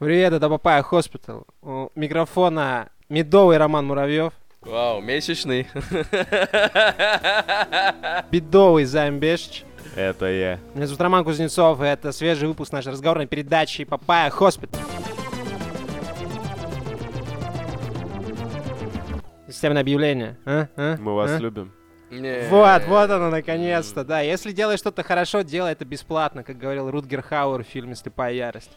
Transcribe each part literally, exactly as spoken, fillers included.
Привет, это Папайя Хоспитал. У микрофона медовый Роман Муравьев. Вау, месячный. Бедовый Займ Бешич. Это я. Меня зовут Роман Кузнецов, и это свежий выпуск нашей разговорной передачи Папайя Хоспитал. Системное объявление. А? А? Мы вас а? любим. Не. Вот, вот оно наконец-то, да. Если делаешь что-то хорошо, делай это бесплатно, как говорил Рутгер Хауэр в фильме «Слепая ярость».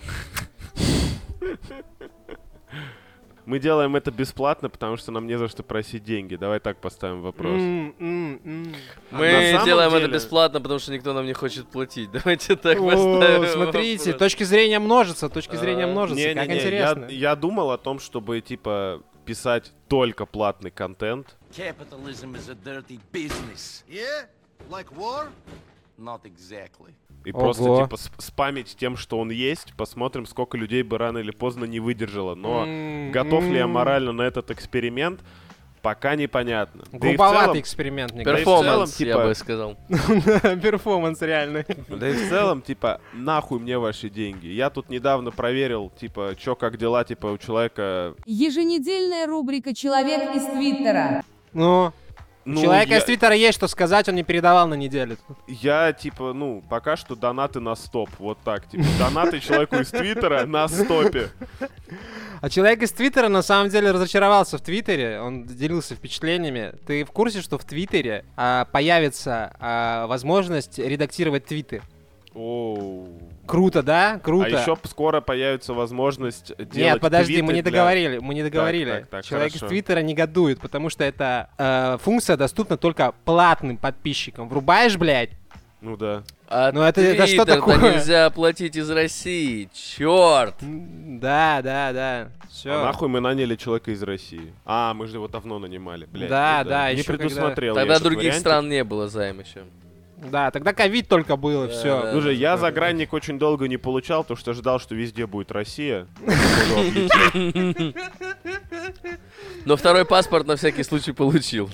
Мы делаем это бесплатно, потому что нам не за что просить деньги. Давай так поставим вопрос. М, м, м. Мы На самом делаем деле- это бесплатно, потому что никто нам не хочет платить. Давайте так О, поставим. смотрите, вопрос. точки зрения множатся, точки зрения А, множатся, как Не-не-не, интересно. я, я думал о том, чтобы, типа, писать только платный контент. Capitalism is a dirty business. Yeah? Like war? Not exactly. И Ого. просто, типа, сп- спамить тем, что он есть. Посмотрим, сколько людей бы рано или поздно не выдержало. Но М, готов ли я м. морально на этот эксперимент, пока непонятно. Да и в Грубоватый целом- эксперимент, мне Да и в кажется. Перформанс, целом, я типа- бы сказал. Перформанс реальный. Да и в целом, типа, нахуй мне ваши деньги. Я тут недавно проверил, типа, чё, как дела, типа, у человека... Еженедельная рубрика «Человек из Твиттера». Ну, Ну, человека я, из Твиттера есть что сказать, он не передавал на неделю. я, типа, ну, пока что донаты на стоп. Вот так, типа, донаты человеку из Твиттера на стопе. А человек из Твиттера на самом деле разочаровался в Твиттере, он делился впечатлениями. Ты в курсе, что в Твиттере а, появится а, возможность редактировать твиты? Оу. Круто, да? Круто. А еще скоро появится возможность делать Нет, подожди, твиты мы не для- договорили, мы не договорили. так, так, Человек хорошо. из Твиттера негодует, потому что эта э, функция доступна только платным подписчикам. Врубаешь, блядь? Ну да. А Ну это- это что Твиттер-то такое? нельзя оплатить из России. Черт. М, Да, да, да. Все. А нахуй мы наняли человека из России? А, мы же его давно нанимали, блядь. Да, ну да, Не ещё предусмотрел я Тогда этот других вариантик. стран не было займ еще. Да, тогда ковид только было, Да, все. да. Слушай, я загранник очень долго не получал, потому что ждал, что везде будет Россия. Походу, облетел. Но второй паспорт на всякий случай получил.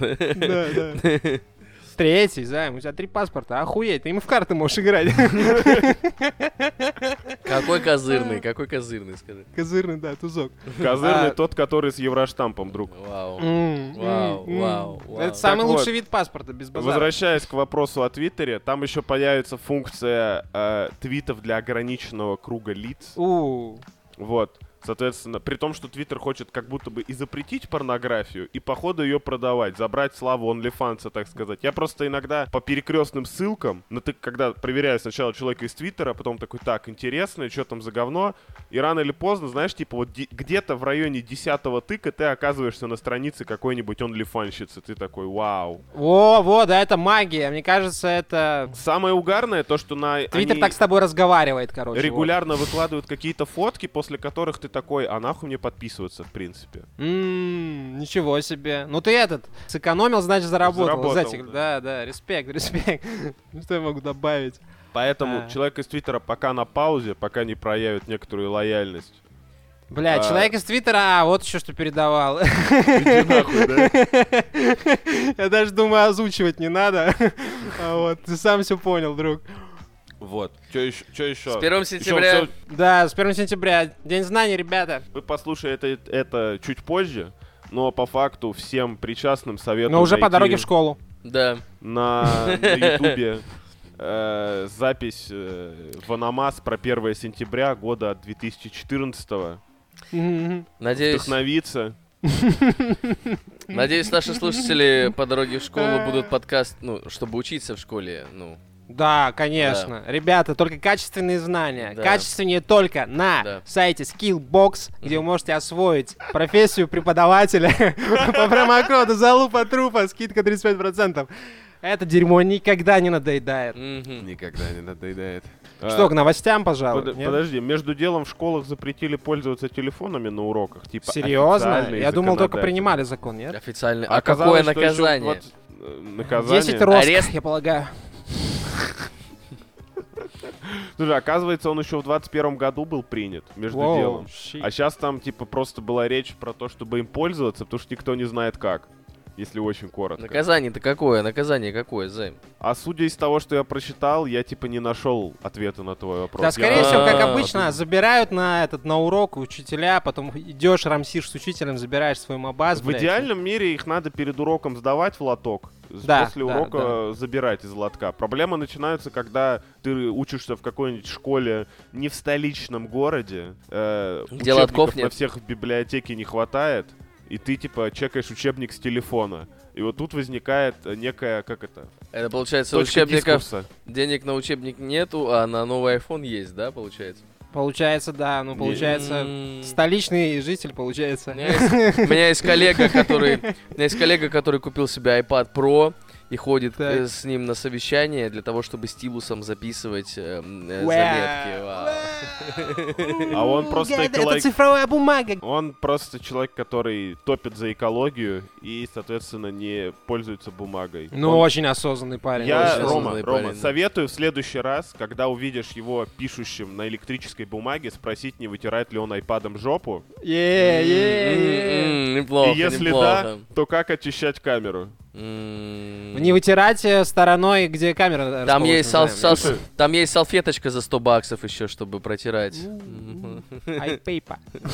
Третий, Займ, у тебя три паспорта, охуеть, ты им в карты можешь играть. Какой козырный, какой козырный, скажи. Козырный, да, тузок. Козырный А. тот, который с евроштампом, друг. Вау. М, Вау, м, вау, м. вау. Это самый Так лучший вот. вид паспорта, без базара. Возвращаясь к вопросу о Твиттере, там еще появится функция э, твитов для ограниченного круга лиц. У, Вот. Соответственно, при том, что Твиттер хочет как будто бы и запретить порнографию, и походу ее продавать, забрать славу OnlyFans, так сказать. Я просто иногда по перекрестным ссылкам, ну ты когда проверяешь сначала человека из Твиттера, а потом такой, так, интересно, что там за говно, и рано или поздно, знаешь, типа вот ди- где-то в районе десятого тыка ты оказываешься на странице какой-нибудь OnlyFansщицы, ты такой, вау. Во, во, да, это магия. Мне кажется, это... Самое угарное то, что на Твиттер они так с тобой разговаривает, короче. регулярно выкладывают какие-то фотки, после которых ты такой, а нахуй мне подписываться, в принципе. вот. М, ничего себе. Ну ты этот, сэкономил, значит заработал. Заработал, Знаете, да. да, да, респект, респект. Что я могу добавить? Поэтому А. человек из Твиттера пока на паузе, пока не проявит некоторую лояльность. Бля, А. человек из Твиттера, а, вот еще что передавал. Иди нахуй, да? Я даже думаю, озвучивать не надо. А вот, ты сам все понял, друг. Вот. Что еще? Что еще? С первого сентября. Да, с первого сентября. День знаний, ребята. Вы послушаете это, это чуть позже, но по факту всем причастным советую Но уже по найти дороге в школу. Да. на на Ютубе э, запись э, в Анамас про первое сентября года две тысячи четырнадцатого. Мгм. Надеюсь, Вдохновиться. надеюсь, наши слушатели по дороге в школу будут подкаст, ну, чтобы учиться в школе, ну, Да, конечно. Ребята, только качественные знания. Да. Качественнее только на Да. сайте Skillbox, где вы можете освоить профессию преподавателя по промокоду залупа трупа, скидка тридцать пять процентов. Это дерьмо никогда не надоедает. мгм. Никогда не надоедает. Что, А, к новостям, пожалуй? Под- нет? Подожди, между делом в школах запретили пользоваться телефонами на уроках. Типа Серьезно? официально и Я думал, только законодательно. принимали закон, нет? Официально. А Оказалось, какое что еще наказание? двадцать э, Наказание? десять роск, Арест? я полагаю. Слушай, оказывается, он еще в двадцать первом году был принят, между Воу, делом. щит. А сейчас там, типа, просто была речь про то, чтобы им пользоваться, потому что никто не знает как. если очень коротко. Наказание-то какое? Наказание какое, Займ? А судя из того, что я прочитал, я типа не нашел ответа на твой вопрос. Да, Я- скорее всего, как А, обычно, забирают на этот на урок учителя, потом идешь, рамсишь с учителем, забираешь свой мобаз, В блядь. идеальном мире их надо перед уроком сдавать в лоток, с- Да, после да, урока забирать из лотка. Проблемы начинаются, когда ты учишься в какой-нибудь школе не в столичном городе, э, Где учебников лотков на нет. всех в библиотеке не хватает, и ты типа чекаешь учебник с телефона. И вот тут возникает э, некая, как это, Это получается, точка учебников, дискурса. денег на учебник нету, а на новый iPhone есть, да, получается? Получается, да, ну, получается, М. столичный житель, У получается. меня есть, у меня есть коллега, который, у меня есть коллега, который купил себе iPad Pro и ходит Так. э, с ним на совещание для того, чтобы стилусом записывать э, м, э, Уа. заметки. Вау. А он просто Это эколог- цифровая бумага. Он просто человек, который топит за экологию и, соответственно, не пользуется бумагой. Ну, Он- очень осознанный парень. Я, очень очень Рома, осознанный Рома, парень, да. советую в следующий раз, когда увидишь его пишущим на электрической бумаге, спросить, не вытирает ли он айпадом жопу. Е, е, е. М, Неплохо, И если неплохо. да, то как очищать камеру? М. Не вытирать э, стороной, где камера Там есть, сал- расположена, сал- там есть салфеточка за сто баксов еще, чтобы протирать. М. Айпейпа.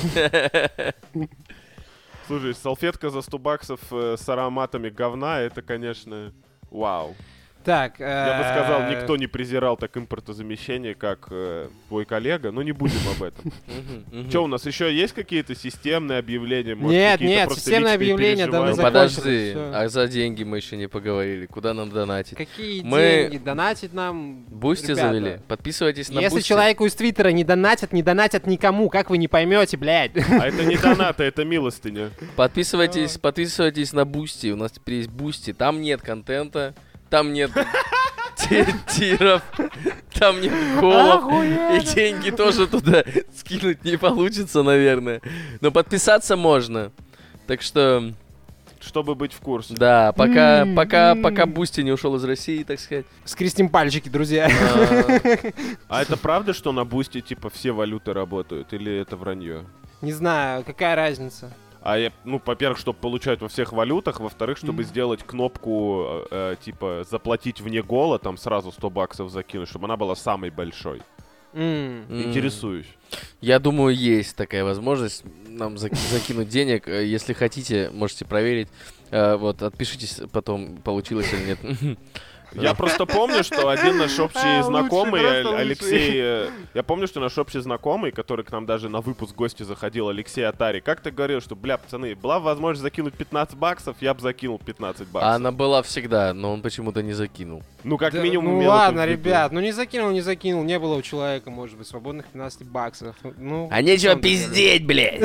Слушай, салфетка за сто баксов э, с ароматами говна, это, конечно, вау. Так, Я бы э, сказал, никто не презирал так импортозамещение, как э, твой коллега, но не будем об этом. Мгм, мгм. Че, у нас еще есть какие-то системные объявления? Может, Нет, какие-то нет, просто системное личные объявление давно Ну, переживания? закончилось, подожди, всё. а за деньги мы еще не поговорили. Куда нам донатить? Какие Мы- деньги? Донатить нам... Бусти ребята. завели? Подписывайтесь на Если Бусти. человеку из Твиттера не донатят, не донатят никому, как вы не поймете, блядь? А это не донаты, это милостыня. Подписывайтесь, подписывайтесь на Бусти. У нас теперь есть Бусти. Там нет контента, там нет ти- тиров, там нет голов. И деньги тоже туда скинуть не получится, наверное. Но подписаться можно. Так что, Чтобы быть в курсе. да, пока, М, пока, м. пока Бусти не ушел из России, так сказать. Скрестим пальчики, друзья. А, А это правда, что на Бусти типа все валюты работают? Или это вранье? Не знаю, какая разница. А я, ну, во-первых, чтобы получать во всех валютах, во-вторых, чтобы Мгм. сделать кнопку, э, э, типа, заплатить вне гола, там сразу сто баксов закинуть, чтобы она была самой большой. М. м. Интересуюсь. Я думаю, есть такая возможность нам зак- закинуть денег. Э, Если хотите, можете проверить. Э, Вот, отпишитесь потом, получилось или нет. Я просто помню, что один наш общий А, знакомый, лучший, просто Аль- лучший. Алексей... э, Я помню, что наш общий знакомый, который к нам даже на выпуск в гости заходил, Алексей Атари, как-то говорил, что, бля, пацаны, была возможность закинуть пятнадцать баксов, я бы закинул пятнадцать баксов. А она была всегда, но он почему-то не закинул. Ну, как Да, минимум, ну имел это ладно, в виду. ребят, ну не закинул, не закинул, не было у человека, может быть, свободных пятнадцать баксов. Ну, А нечего на самом деле. пиздеть, блядь!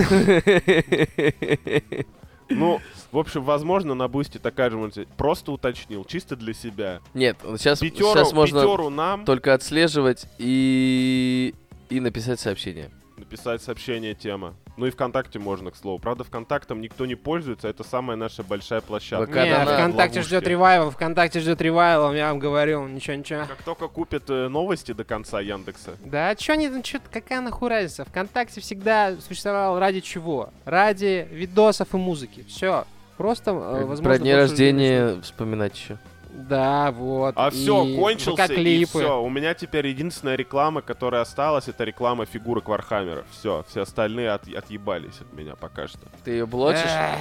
Ну, в общем, возможно, на Бусти такая же может быть. Просто уточнил, чисто для себя. Нет, сейчас, Пятеру, сейчас можно пятеру нам только отслеживать и... и написать сообщение. написать сообщение тема. Ну и ВКонтакте можно, к слову. Правда, ВКонтактом никто не пользуется, это самая наша большая площадка. ВК Не, донат, ВКонтакте ловушки. ждет ревайва, ВКонтакте ждет ревайва, я вам говорю, ничего-ничего. Как только купят э, новости до конца Яндекса. Да, чё не, ну чё, какая нахуй разница? ВКонтакте всегда существовал ради чего? Ради видосов и музыки. Все. Просто, э, возможно, Про дни больше рождения вспоминать еще. людей начнут. Да, вот. А и все, кончился, и ВК-клипы. все. У меня теперь единственная реклама, которая осталась, это реклама фигурок Вархаммера. Все, все остальные от- отъебались от меня пока что. Ты ее блочишь? Эх.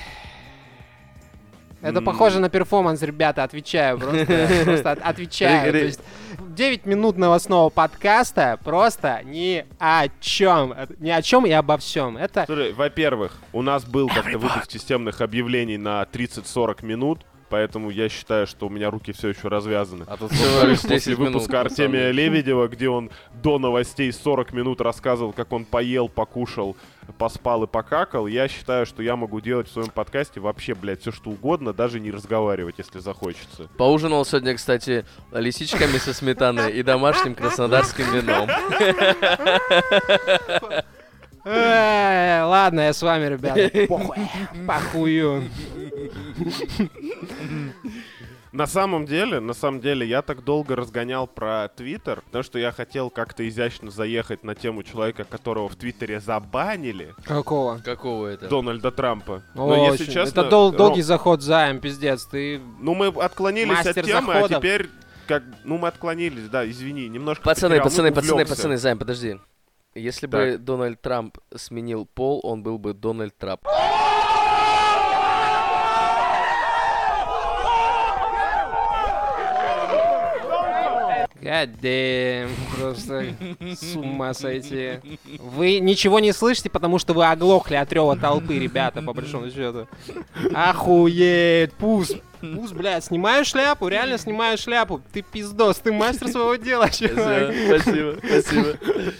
Это М. похоже на перформанс, ребята, отвечаю, просто, просто от- отвечаю. То есть девять минут новостного подкаста просто ни о чем. Ни о чем и обо всем. Это Слушай, во-первых, у нас был как-то выпуск системных объявлений на тридцать-сорок минут, поэтому я считаю, что у меня руки все еще развязаны. А тут всего лишь После десять минут. выпуска на самом Артемия деле. Лебедева, где он до новостей сорок минут рассказывал, как он поел, покушал, поспал и покакал, я считаю, что я могу делать в своем подкасте вообще, блядь, все что угодно, даже не разговаривать, если захочется. Поужинал сегодня, кстати, лисичками со сметаной и домашним краснодарским вином. Э, ладно, я с вами, ребята. Похуй. Похую. На самом деле, на самом деле, я так долго разгонял про Твиттер, потому что я хотел как-то изящно заехать на тему человека, которого в Твиттере забанили. Какого? Какого это? Дональда Трампа. О, Но если очень. честно... Это дол- Ром, долгий заход займ, пиздец. Ты Ну, мы отклонились Мастер от темы, заходов. а теперь... Как, ну, мы отклонились, да, извини, немножко Пацаны, потерял, пацаны, ну, пацаны, увлекся. пацаны, Займ, подожди. Если бы Так. Дональд Трамп сменил пол, он был бы Дональд Трамп. God damn, просто с ума сойти. Вы ничего не слышите, потому что вы оглохли от рева толпы, ребята, по большому счету. Охуеть, Пус. Пус, блядь, снимаю шляпу, реально снимаю шляпу. Ты пиздос, ты мастер своего дела, чувак. Спасибо, спасибо.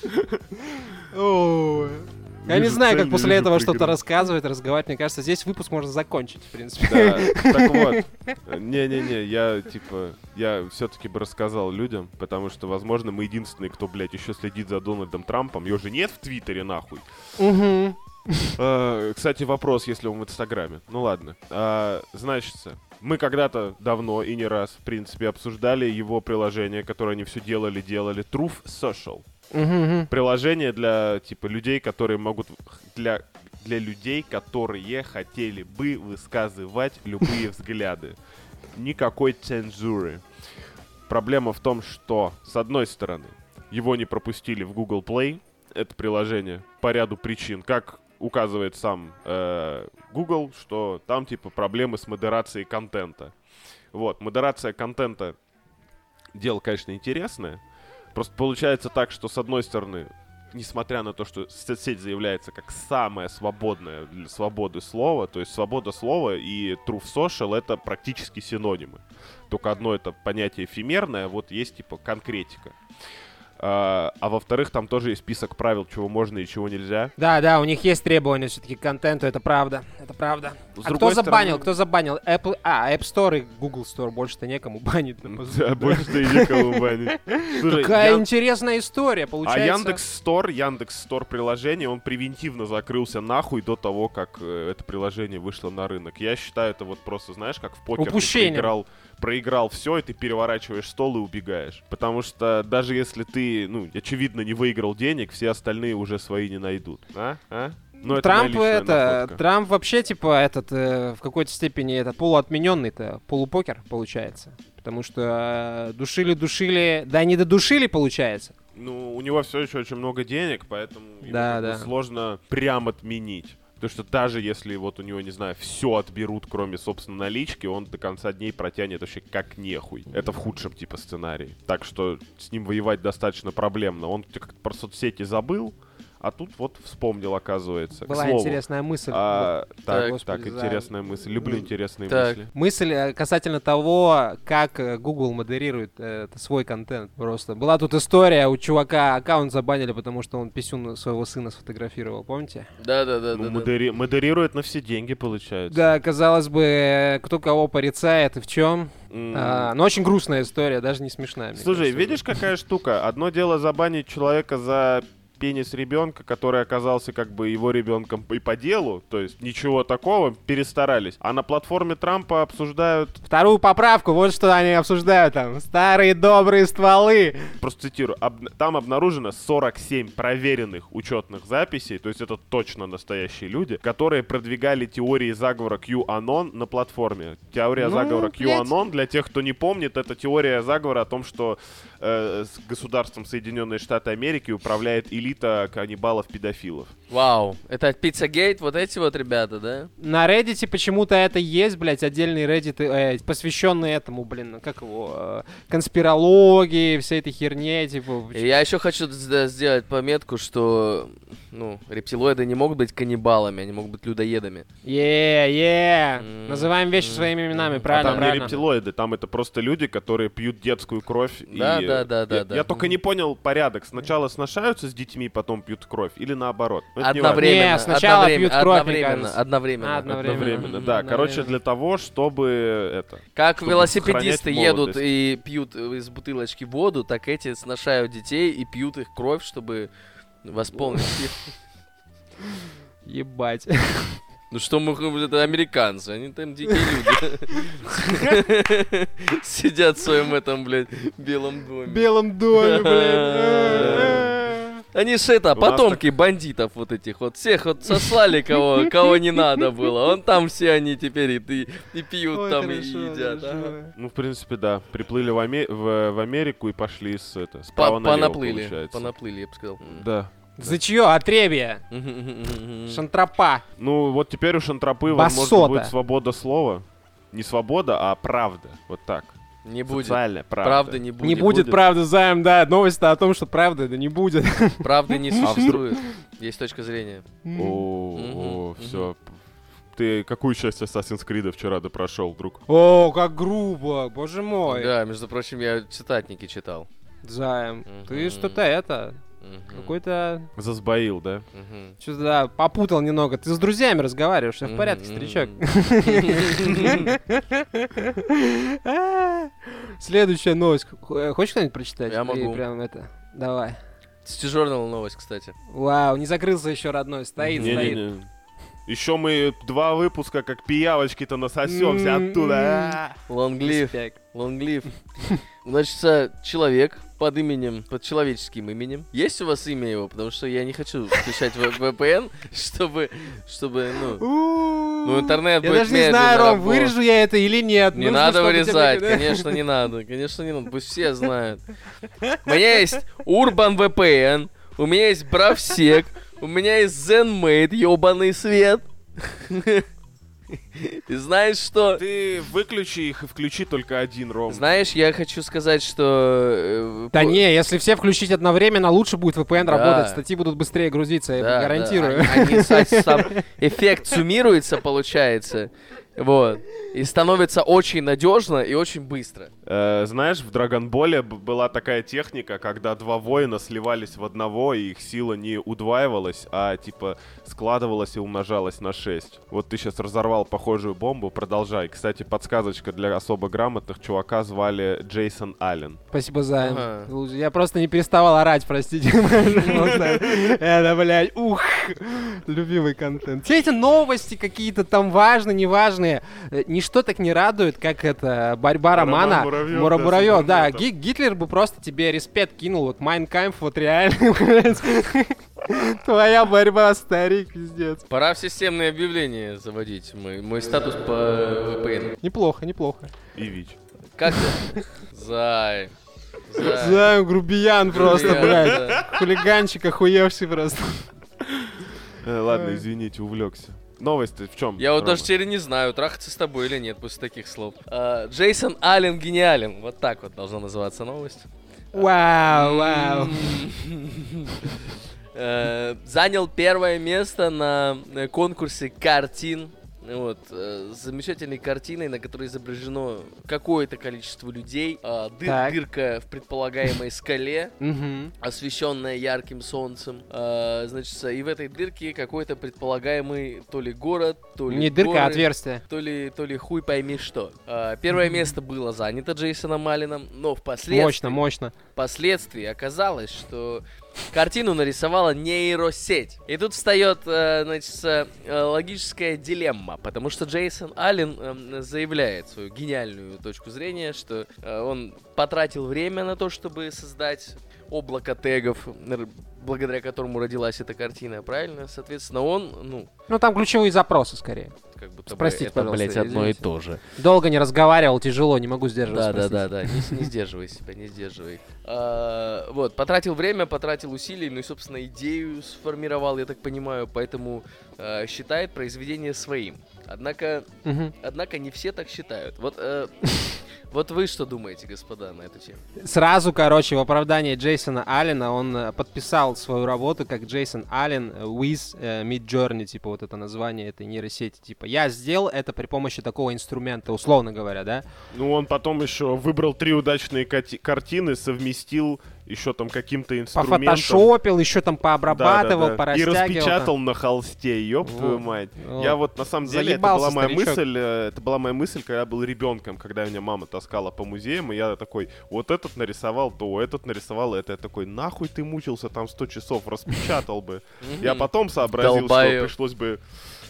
Ой. Я не Вижу знаю, цель, как не после вижу этого что-то преград. рассказывать, разговаривать. Мне кажется, здесь выпуск можно закончить, в принципе. Да, так вот. Не-не-не, я, типа, я все-таки бы рассказал людям, потому что, возможно, мы единственные, кто, блядь, еще следит за Дональдом Трампом. Его же нет в Твиттере, нахуй. Угу. А, кстати, вопрос, если он в Инстаграме. Ну ладно. А, значит, мы когда-то давно и не раз, в принципе, обсуждали его приложение, которое они все делали-делали. Truth Social. Угу. Приложение для, типа, людей, которые могут... Для, для людей, которые хотели бы высказывать любые взгляды. Никакой цензуры. Проблема в том, что, с одной стороны, его не пропустили в Google Play, это приложение, по ряду причин. Как указывает сам э, Google, что там, типа, проблемы с модерацией контента. Вот, модерация контента — дело, конечно, интересное. Просто получается так, что, с одной стороны, несмотря на то, что соцсеть заявляется как самая свободная для свободы слова, то есть свобода слова и Truth Social — это практически синонимы. Только одно — это понятие эфемерное, а вот есть, типа, конкретика. А, а во-вторых, там тоже есть список правил, чего можно и чего нельзя. Да, да, у них есть требования все-таки к контенту, это правда, это правда. С А кто другой забанил, стороны- кто забанил? Apple, а, App Store и Google Store, больше-то некому банить. Да, больше-то и некому банить. Слушай, Какая Ян- интересная история, А получается. Яндекс Стор, Яндекс Стор приложение, он превентивно закрылся нахуй до того, как э, это приложение вышло на рынок. Я считаю, это вот просто, знаешь, как в покер ты Упущение. проиграл, проиграл все, и ты переворачиваешь стол и убегаешь. Потому что даже если ты, ну, очевидно, не выиграл денег, все остальные уже свои не найдут. А? А? Ну, это моя Трамп личная это, находка. Трамп вообще типа этот э, в какой-то степени это полуотмененный-то, полупокер получается, потому что душили, душили, да не додушили получается. Ну, у него все еще очень много денег, поэтому ему Да, как бы да. сложно прям отменить. Потому что даже если вот у него, не знаю, все отберут, кроме, собственно, налички, он до конца дней протянет вообще как нехуй. Это в худшем типа сценарии. Так что с ним воевать достаточно проблемно. Он как-то про соцсети забыл, а тут вот вспомнил, оказывается. К Была слову, интересная мысль. а, так, Господи, так, за- интересная мысль. Люблю интересные Так. мысли. Мысль э, касательно того, как э, Google модерирует э, это свой контент. Просто была тут история, у чувака аккаунт забанили, потому что он писюн своего сына сфотографировал, помните? Да, да, да, Ну, да, да. модери- модерирует на все деньги, получается. Да, казалось бы, э, кто кого порицает и в чем. М. А, но очень грустная история, даже не смешная. мне Слушай, кажется. видишь, какая штука? Одно дело забанить человека за пенис ребенка, который оказался как бы его ребенком и по делу, то есть ничего такого, перестарались. А на платформе Трампа обсуждают, Вторую поправку, вот что они обсуждают там. Старые добрые стволы. просто цитирую, «Об- там обнаружено сорок семь проверенных учетных записей, то есть это точно настоящие люди, которые продвигали теории заговора QAnon на платформе. Теория Ну, заговора блядь. QAnon, для тех, кто не помнит, это теория заговора о том, что э, с государством Соединенные Штаты Америки управляет элита каннибалов-педофилов. Вау. Это Пиццагейт, вот эти вот ребята, да? На Reddit почему-то это есть, блядь, отдельный Reddit, э, посвященный этому, блин, как его, э, конспирологии, всей этой херне, типа. И я еще хочу з- сделать пометку, что, ну, рептилоиды не могут быть каннибалами, они могут быть людоедами. Е-е, М, называем вещи м, своими именами, м. правильно, а там правильно. не рептилоиды, там это просто люди, которые пьют детскую кровь. Да, и, да, э, да, да, я, да. я только не понял порядок. Сначала сношаются с детьми, потом пьют кровь, или наоборот. Ну, это не важно. Одновременно. Не, сначала одновременно, пьют кровь, мне одновременно, кажется. одновременно. Одновременно. Одновременно, Мгм, да. мгм, Короче, наверное. для того, чтобы это... Как чтобы велосипедисты сохранять едут молодость. и пьют из бутылочки воду, так эти сношают детей и пьют их кровь, чтобы восполнить их. Ебать. Ну что мы, это американцы, они там дикие люди. Сидят в своем этом, блядь, белом доме. белом доме, блядь. Они ж это, У нас потомки бандитов вот этих вот. Всех вот сослали, кого, кого не надо было. Вон там все они теперь и, и, и пьют Ой, там, и хорошо, едят. хорошо. Ага. Ну, в принципе, да. Приплыли в, Аме- в, в Америку и пошли с это, По- справа налево, Понаплыли, получается. понаплыли, я бы сказал. Да. За чье? Отребье. Шантропа. Ну, вот теперь у Шантропы, Басота. возможно, будет свобода слова. Не свобода, а правда. Вот так. Не будет. Социальная правда. Правда не будет. Не будет, правда, Займ, да. Новость-то о том, что правда это не будет. Правды не существует. Есть точка зрения. О, Мгм, все. Ты какую часть Assassin's Creed вчера допрошел, друг? О, как грубо, боже мой. Да, между прочим, я цитатники читал. Займ, ты Мгм. что-то это, Мгм, какой-то, Засбоил, да? мгм. что-то, да, попутал немного. Ты с друзьями разговариваешь, все в порядке, Мгм. старичок. Следующая новость. Х- Хочешь кто-нибудь прочитать? Я Или могу. прям это, давай. City Journal новость, кстати. Вау, не закрылся еще родной, стоит, стоит. Не-не-не. Еще мы два выпуска, как пиявочки-то насосемся М-м-м. оттуда. Long live, Респект. long live. Значит, а, человек под именем, под человеческим именем. Есть у вас имя его? Потому что я не хочу включать ви пи эн, чтобы, чтобы, ну... Ну, интернет Я будет даже не медленно знаю, Ром, работать. вырежу я это или нет. Не Нужно, надо чтобы вырезать, тебе- конечно, не надо. Конечно, не надо. Пусть все знают. У меня есть Urban ви пи эн, у меня есть Bravsec, у меня есть ZenMate, ёбаный свет. И знаешь что? Ты выключи их и включи только один, Ром. Знаешь, я хочу сказать, что... э, Да по- не, если все включить одновременно, лучше будет ви пи эн Да. работать, статьи будут быстрее грузиться, я Да, гарантирую. да, они- они, кстати, сам эффект суммируется, получается. Вот. И становится очень надежно и очень быстро. Э, знаешь, в Драгонболе б- была такая техника, когда два воина сливались в одного, и их сила не удваивалась, а типа складывалась и умножалась на шесть. Вот ты сейчас разорвал похожую бомбу, продолжай. Кстати, подсказочка для особо грамотных. Чувака звали Джейсон Аллен. Спасибо, Займ. Ага. Слушай, я просто не переставал орать, простите. пожалуйста. Это, блядь, ух, любимый контент. Все эти новости какие-то там важные, неважные, э, ничто так не радует, как это борьба Роман Романа. Муравьев, Мура- да, с Муравьев, да. интернетом. Ги- Гитлер бы просто тебе респект кинул, вот Mein Kampf, вот реально, блядь. Твоя борьба, старик, пиздец. Пора в системные объявления заводить. Мой, мой статус по ви пи эн. Неплохо, неплохо. И ВИЧ. Как ты? Зай. Зай. Займ, грубиян просто, Грубиян, блядь. да. Хулиганчик охуевший просто. Э, ладно, извините, увлекся. Новость в чем? Я вот даже теперь не знаю, трахаться с тобой или нет после таких слов. А, Джейсон Аллен гениален. Вот так вот должна называться новость. Вау, вау. Э, Занял первое место на э, конкурсе картин. Вот, э, с замечательной картиной, на которой изображено какое-то количество людей. а, дыр- Так. дырка в предполагаемой скале, Мгм. освещенная ярким солнцем. А, значит, и в этой дырке какой-то предполагаемый то ли город, то ли Не дырка, а горы, отверстие. то ли, то ли хуй пойми что. А, первое место было занято Джейсоном Алленом, но впоследствии, Мощно, мощно. впоследствии оказалось, что картину нарисовала нейросеть. И тут встает, э, значит, э, логическая дилемма, потому что Джейсон Аллен э, заявляет свою гениальную точку зрения, что э, он потратил время на то, чтобы создать облако тегов, р- благодаря которому родилась эта картина, правильно? Соответственно, он, ну, Ну, там ключевые запросы, скорее. как будто Простите, бы это, пожалуйста, блядь, одно и извините. то же. Долго не разговаривал, тяжело, не могу сдерживаться. Да, да, простите. да, да, не, не сдерживай себя, не сдерживай. А, вот, потратил время, потратил усилий, ну и, собственно, идею сформировал, я так понимаю, поэтому а, считает произведение своим. Однако, Мгм. однако не все так считают. Вот, э, вот вы что думаете, господа, на эту тему? Сразу, короче, в оправдании Джейсона Аллена он э, подписал свою работу как Джейсон Аллен э, with э, Midjourney, типа вот это название этой нейросети. Типа, я сделал это при помощи такого инструмента, условно говоря, да? Ну, он потом еще выбрал три удачные кати- картины, совместил еще там каким-то инструментом. Пофотошопил, еще там пообрабатывал, Да-да-да. И порастягивал. распечатал на холсте, ёб твою Вот. мать. Вот. Я вот на самом деле, это Заебался была моя старичок. мысль, э, это была моя мысль, когда я был ребенком, когда меня мама таскала по музеям, и я такой, вот этот нарисовал то, этот нарисовал это. Я такой, нахуй ты мучился там сто часов, распечатал бы. Я потом сообразил, что Долбоёб. пришлось бы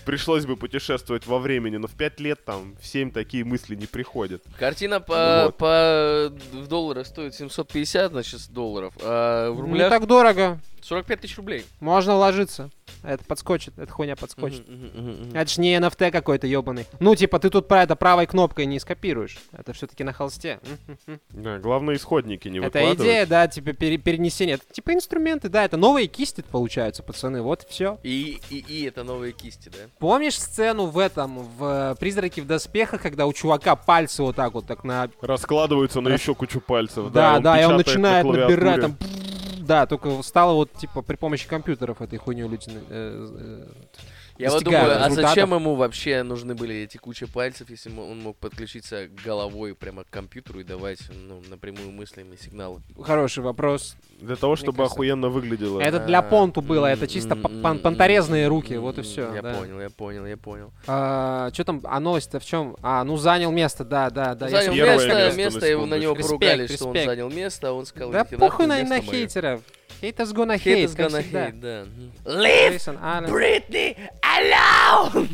пришлось бы путешествовать во времени, но в пять лет там в семь такие мысли не приходят. Картина по, Вот. по в долларах стоит семьсот пятьдесят, значит, долларов, а в Не рублях так дорого. сорок пять тысяч рублей. Можно вложиться. Это подскочит, эта хуйня подскочит. Мгм, мгм, мгм, мгм. Это ж не эн эф ти какой-то ебаный. Ну, типа, ты тут про это правой кнопкой не скопируешь. Это все-таки на холсте. М-м-м. Да, главное, исходники не Это выкладывать. идея, да, типа пере- перенесение. Это типа инструменты, да, это новые кисти получаются, пацаны. Вот и все. И, и, и это новые кисти, да? Помнишь сцену в этом, в э, «Призраке в доспехах», когда у чувака пальцы вот так вот так на... Раскладываются на еще кучу пальцев. Да, да, и он печатает на начинает набирать клавиатуре. там... Да, только стало вот типа при помощи компьютеров этой хуйней люди... э, э, Я вот достигают думаю, а результатов. зачем ему вообще нужны были эти куча пальцев, если мо- он мог подключиться головой прямо к компьютеру и давать ну, напрямую мыслями сигналы? Хороший вопрос. Для того, чтобы кажется. охуенно выглядело. Это для А, понту было, это м, чисто м, по- м, пон- м, понторезные м, руки, м, вот и м, все. Я понял, я понял, я понял. Что там, а новость-то в чем? А, ну занял место, да, да, да. я Занял Первое место, место, место, на его на него секундочку. поругали, Респект, что он респект. занял место, а он сказал, Да идите похуй нахуй, на, на место моё. хейтеров. Haters gonna Hate hate, is как gonna всегда. hate, да. Джейсон Аллен. Britney alone!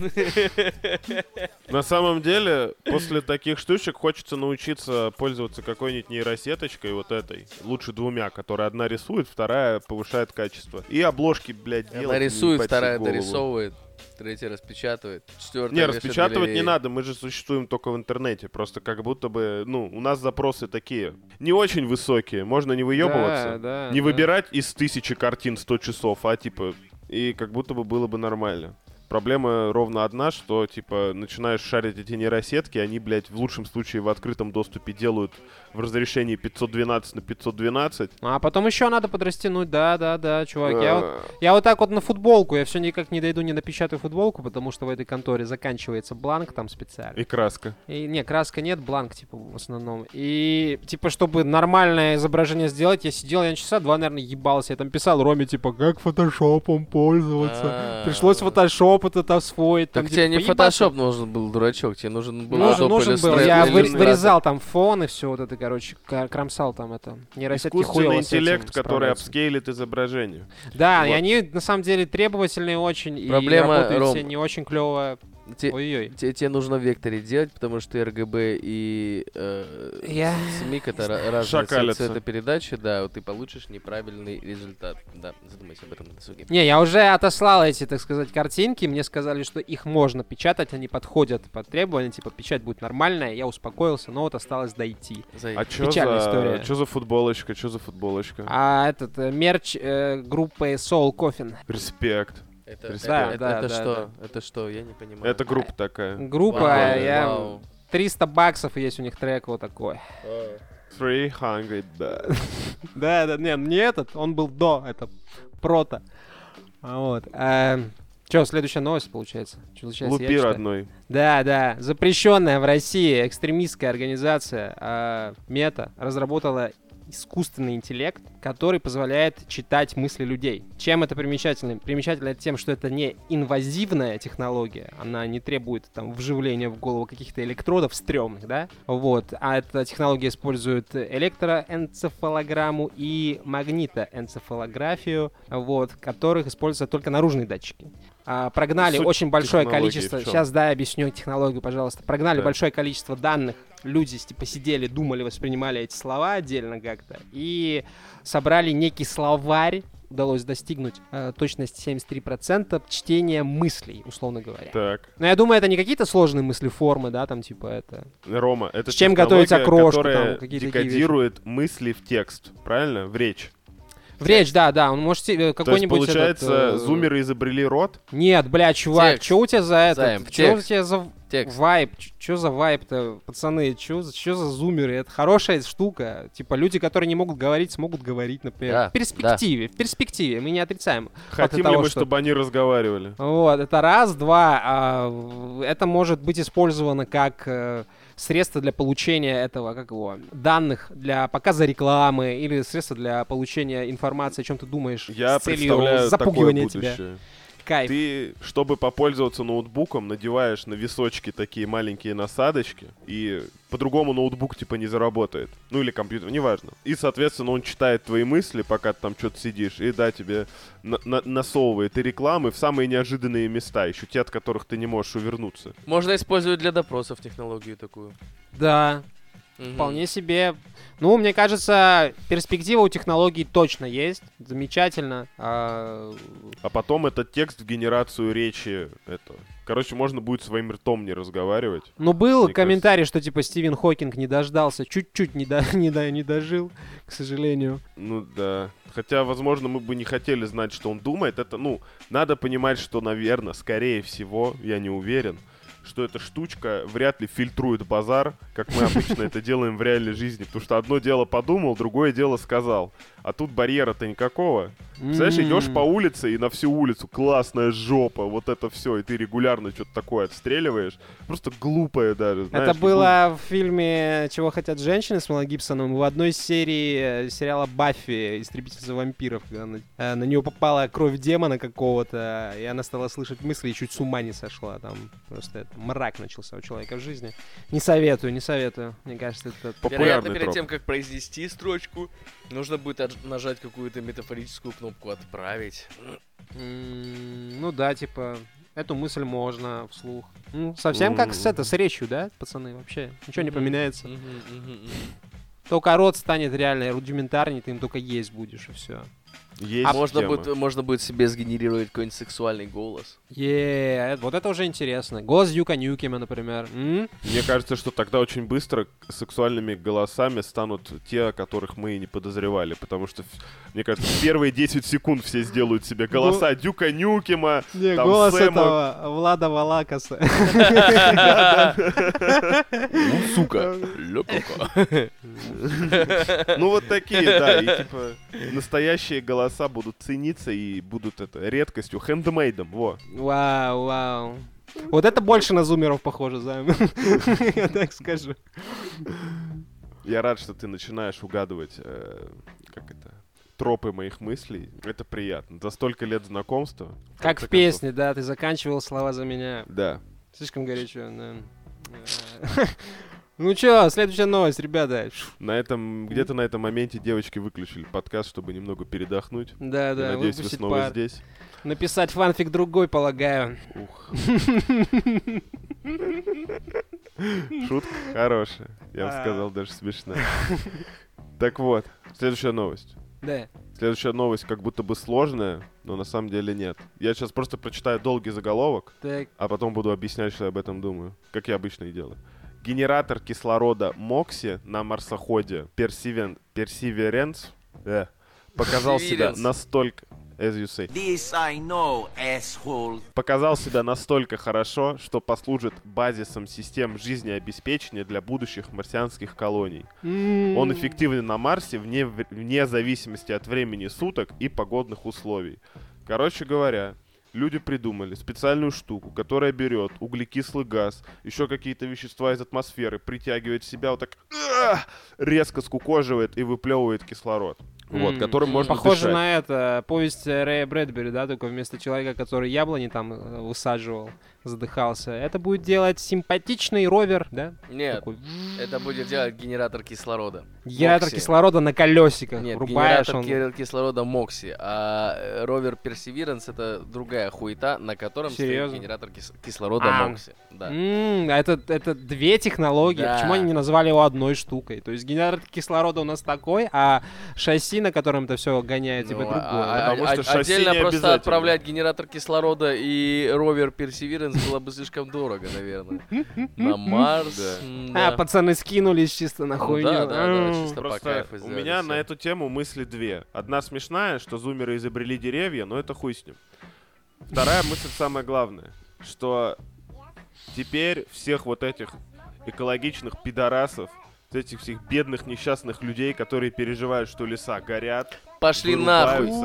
На самом деле, после таких штучек хочется научиться пользоваться какой-нибудь нейросеточкой, вот этой. Лучше двумя, которая одна рисует, вторая повышает качество. И обложки, блядь, делать. Она не рисует, ебать вторая себе голову. дорисовывает, третья распечатывает, четвертая Не, вешает распечатывать не галереи. надо, мы же существуем только в интернете. Просто как будто бы, ну, у нас запросы такие. Не очень высокие, можно не выебываться. Да, да, не да. выбирать из тысячи картин сто часов, а типа, и как будто бы было бы нормально. Проблема ровно одна, что, типа, начинаешь шарить эти нейросетки, они, блядь, в лучшем случае в открытом доступе делают в разрешении пятьсот двенадцать на пятьсот двенадцать. А потом еще надо подрастянуть, да, да, да, чувак. Я вот, А, я вот так вот на футболку, я все никак не дойду, не напечатаю футболку, потому что в этой конторе заканчивается бланк там специально. И краска. И, не, краска нет, бланк, типа, в основном. И, типа, чтобы нормальное изображение сделать, я сидел, я часа два, наверное, ебался. Я там писал Роме, типа, как фотошопом пользоваться. А. Пришлось фотошоп это освоить. там, Так типа, тебе не поебаться. фотошоп нужен был, дурачок, тебе нужен был Нужен, Adobe нужен был. Illustrator. Я вы- Illustrator. вырезал там фон и все вот это, короче, ка- кромсал там это. Нейросетки Искусственный хуёво с этим интеллект, который справляются. апскейлит изображение. Да, и Вот. они на самом деле требовательные очень, Проблема, и работают Ром, все не очень клево. Те- Ой-ой. те- Тебе нужно в векторе делать, потому что эр гэ бэ и э, Я- смик это ра- разные Шакалятся. цветопередачи, да, вот ты получишь неправильный результат. Да, задумайся об этом на досуге. Не, я уже отослал эти, так сказать, картинки. Мне сказали, что их можно печатать, они подходят под требования, типа печать будет нормальная. Я успокоился, но вот осталось дойти. Заебись. А чё Печальная за, история. чё за футболочка, чё за футболочка? А этот э, мерч э, группы Soul Coffin. Респект. Это, Да, это, да, это, да, это да, что? Это что? Я не понимаю. Это группа такая. Группа, Вау, я... вау. триста баксов и есть у них трек вот такой. триста баксов. Да, да, не, не этот, он был до, это прото. А Вот. Че, следующая новость получается? Чё, получается, я Лупи, читаю? родной. Да, да. Запрещенная в России экстремистская организация э, Мета разработала искусственный интеллект, который позволяет читать мысли людей. Чем это примечательно? Примечательно тем, что это не инвазивная технология, она не требует там вживления в голову каких-то электродов стрёмных, да? Вот. А эта технология использует электроэнцефалограмму и магнитоэнцефалографию, вот, которых используются только наружные датчики. А, прогнали Суть очень большое технологии количество... в чём? Сейчас, да, я объясню технологию, пожалуйста. Прогнали Так. большое количество данных. Люди типа сидели, думали, воспринимали эти слова отдельно как-то. И собрали некий словарь. Удалось достигнуть э, точности семьдесят три процента чтения мыслей, условно говоря. Так. Но я думаю, это не какие-то сложные мыслеформы, да, там типа это... Рома, это С чем технология, готовить окрошку, которая там, какие-то такие декодирует мысли в текст, правильно? В речь. В речь, да, да, он может себе То есть, какой-нибудь... получается, этот, э, зумеры изобрели рот? Нет, бля, чувак, Текст. что у тебя за это? Займ, Что у текст. тебя за Текст. вайб? Что за вайб-то, пацаны? Что за зумеры? Это хорошая штука. Типа люди, которые не могут говорить, смогут говорить, например. Да, В перспективе, в перспективе. Мы не отрицаем. факта Хотим того, ли мы, что- чтобы они разговаривали? Вот, это раз. Два, а, в- это может быть использовано как э, средство для получения этого, как его, данных для показа рекламы или средство для получения информации, о чем ты думаешь, Я с целью представляю такое запугивания тебя. будущее. Кайф. Ты, чтобы попользоваться ноутбуком, надеваешь на височки такие маленькие насадочки, и по-другому ноутбук типа не заработает. Ну или компьютер, неважно. И, соответственно, он читает твои мысли, пока ты там что-то сидишь, и да, тебе на- на- насовывает и рекламы в самые неожиданные места, еще те, от которых ты не можешь увернуться. Можно использовать для допросов технологию такую. Да, Мгм. вполне себе. Ну, мне кажется, перспектива у технологий точно есть. Замечательно. А, А потом этот текст в генерацию речи, это... Короче, можно будет своим ртом не разговаривать. Ну, был Мне комментарий, что типа Стивен Хокинг не дождался, чуть-чуть не, до- не, до- не дожил, к сожалению. Ну да. Хотя, возможно, мы бы не хотели знать, что он думает. Это, ну, надо понимать, что, наверное, скорее всего, я не уверен, что эта штучка вряд ли фильтрует базар, как мы обычно это делаем в реальной жизни. Потому что одно дело подумал, другое дело сказал. А тут барьера-то никакого. Представляешь, идешь М. по улице, и на всю улицу классная жопа, вот это все, и ты регулярно что-то такое отстреливаешь. Просто глупое даже, знаешь. Это было в фильме «Чего хотят женщины» с Мелом Гибсоном в одной серии э, сериала «Баффи. Истребительница вампиров», когда на, э, на нее попала кровь демона какого-то, и она стала слышать мысли и чуть с ума не сошла. Там просто это, мрак начался у человека в жизни. Не советую, не советую. Мне кажется, это... Популярный Вероятно, перед троп. тем, как произнести строчку, нужно будет отж- нажать какую-то метафорическую кнопку «Отправить». М, Ну да, типа, эту мысль можно вслух. Ну, совсем как с, это, с речью, да, пацаны, вообще. Ничего не Мгм. поменяется. Мгм, мгм, мгм. Только рот станет реально рудиментарней, ты им только есть будешь, и все. Есть А можно тема. будет, можно будет себе сгенерировать какой-нибудь сексуальный голос. Е, вот это уже интересно. Голос Дьюка Ньюкема, например. М? Мне кажется, что тогда очень быстро сексуальными голосами станут те, о которых мы и не подозревали. Потому что, в- мне кажется, в первые десять секунд все сделают себе голоса Дюка Нюкема. Не, Там голос Сэма- этого Влада Валакаса. Ну, сука. Лёпока. Ну вот такие, да. И типа настоящие голоса будут цениться и будут это редкостью, хендмейдом, во. Вау, вау. Вот это больше на зумеров похоже, Займ. Я так скажу. Я рад, что ты начинаешь угадывать, э, как это, тропы моих мыслей. Это приятно. За столько лет знакомства. в Как конце в песне, да, ты заканчивал слова за меня. концов. Да. Слишком горячо, да. Э, Ну чё, следующая новость, ребята. На этом, где-то на этом моменте девочки выключили подкаст, чтобы немного передохнуть. Да, Я да, надеюсь, вы выпустить снова пар. здесь. Написать фанфик другой, полагаю. Ух. Шутка хорошая. Я бы А. сказал, даже смешная. Так вот, следующая новость. Да. Следующая новость как будто бы сложная, но на самом деле нет. Я сейчас просто прочитаю долгий заголовок, Так. а потом буду объяснять, что я об этом думаю. Как я обычно и делаю. Генератор кислорода Мокси на марсоходе Perseven- Perseverance э, показал себя Perseverance. настолько... As you say. This I know, asshole. Показал себя настолько хорошо, что послужит базисом систем жизнеобеспечения для будущих марсианских колоний. М. Он эффективен на Марсе вне, в- вне зависимости от времени суток и погодных условий. Короче говоря, люди придумали специальную штуку, которая берет углекислый газ, еще какие-то вещества из атмосферы, притягивает в себя, вот так «Ах!» резко скукоживает и выплевывает кислород. Вот, М, которым можно Похоже дышать. на это, повесть э, Рэя Брэдбери, да, только вместо человека, который яблони там э, высаживал, задыхался. Это будет делать симпатичный ровер, да? Нет, Такой. это будет делать генератор кислорода. Генератор Мокси. кислорода на колесиках. Нет, Врубаешь генератор он. ки- кислорода Мокси, а э, ровер Perseverance это другая хуета, на котором Серьезно? стоит генератор кис- кислорода А. Мокси. Да. М, а это, это две технологии. Да. Почему они не назвали его одной штукой? То есть генератор кислорода у нас такой, а шасси, на котором это все гоняет, типа Ну, другое. а- потому а- что а- шасси отдельно не просто обязательно. отправлять генератор кислорода и ровер Perseverance было бы слишком дорого, наверное. На Марс. Да. м, А, да. пацаны скинулись чисто на Ну хуйню. да, да, да, М. чисто по Просто кайфу у сделали меня всё. на эту тему мысли две. Одна смешная, что зумеры изобрели деревья, но это хуй с ним. Вторая мысль самая главная, что теперь всех вот этих экологичных пидорасов, вот этих всех бедных несчастных людей, которые переживают, что леса горят, Пошли нахуй. вырубаются,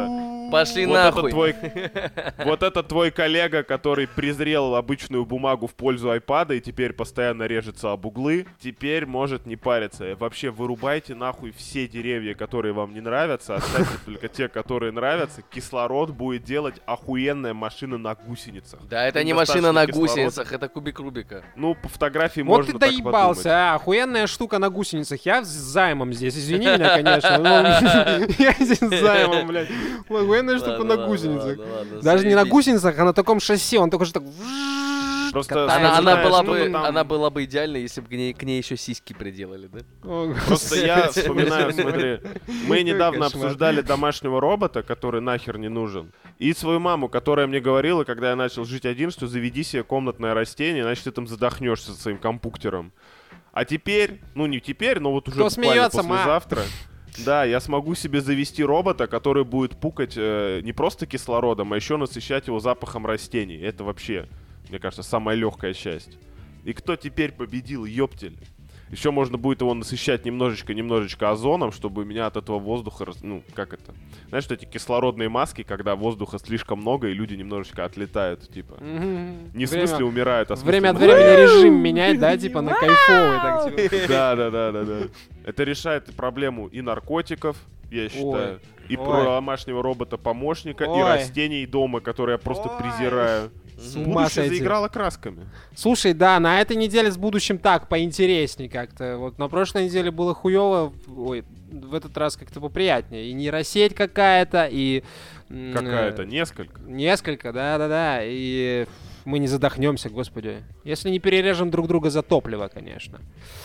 Пошли Вот нахуй. это твой, вот это твой коллега, который презрел обычную бумагу в пользу айпада и теперь постоянно режется об углы, теперь может не париться. Вообще, вырубайте нахуй все деревья, которые вам не нравятся, оставьте только те, которые нравятся. Кислород будет делать охуенная машина на гусеницах. Да, это Тут не машина на достаточно кислорода. гусеницах, это кубик Рубика. Ну, по фотографии Вот можно ты так доебался, подумать. а, охуенная штука на гусеницах. Я с займом здесь, извини меня, конечно. но Я здесь с займом, блядь. Охуенная штука Ладно, на ладно, гусеницах. ладно, ладно, Даже не на заебись. гусеницах, а на таком шасси. Он только что так... Просто Она- Она, она, знаешь, была ну, бы, там- она была бы идеальна, если бы к ней, к ней еще сиськи приделали, да? О, Просто я господи. вспоминаю, смотри, мы недавно Кошмар. обсуждали домашнего робота, который нахер не нужен. И свою маму, которая мне говорила, когда я начал жить один, что заведи себе комнатное растение, иначе ты там задохнешься со своим компьютером. А теперь, ну не теперь, но вот уже Кто буквально смеется, ма? послезавтра, да, я смогу себе завести робота, который будет пукать э, не просто кислородом, а еще насыщать его запахом растений. Это вообще, мне кажется, самая легкая часть. И кто теперь победил, ёптель? Еще можно будет его насыщать немножечко-немножечко озоном, чтобы у меня от этого воздуха, рас- ну, как это? Знаешь, что эти кислородные маски, когда воздуха слишком много, и люди немножечко отлетают, типа. Мгм. Не в Время- смысле умирают, а в смысле... Время от времени режим менять, да, типа на кайфовый. так, типа. Да, да, да, да, да. Это решает проблему и наркотиков, я считаю, и Ой. про домашнего робота-помощника, и Ой. растений дома, которые я просто Ой. презираю. С ума Будущее сойти. заиграло красками. Слушай, да, на этой неделе с будущим так, поинтереснее как-то. Вот на прошлой неделе было хуёво, ой, в этот раз как-то поприятнее. И нейросеть какая-то, и... м, Какая-то, э, несколько. Несколько, да-да-да, и мы не задохнемся, господи. Если не перережем друг друга за топливо, конечно.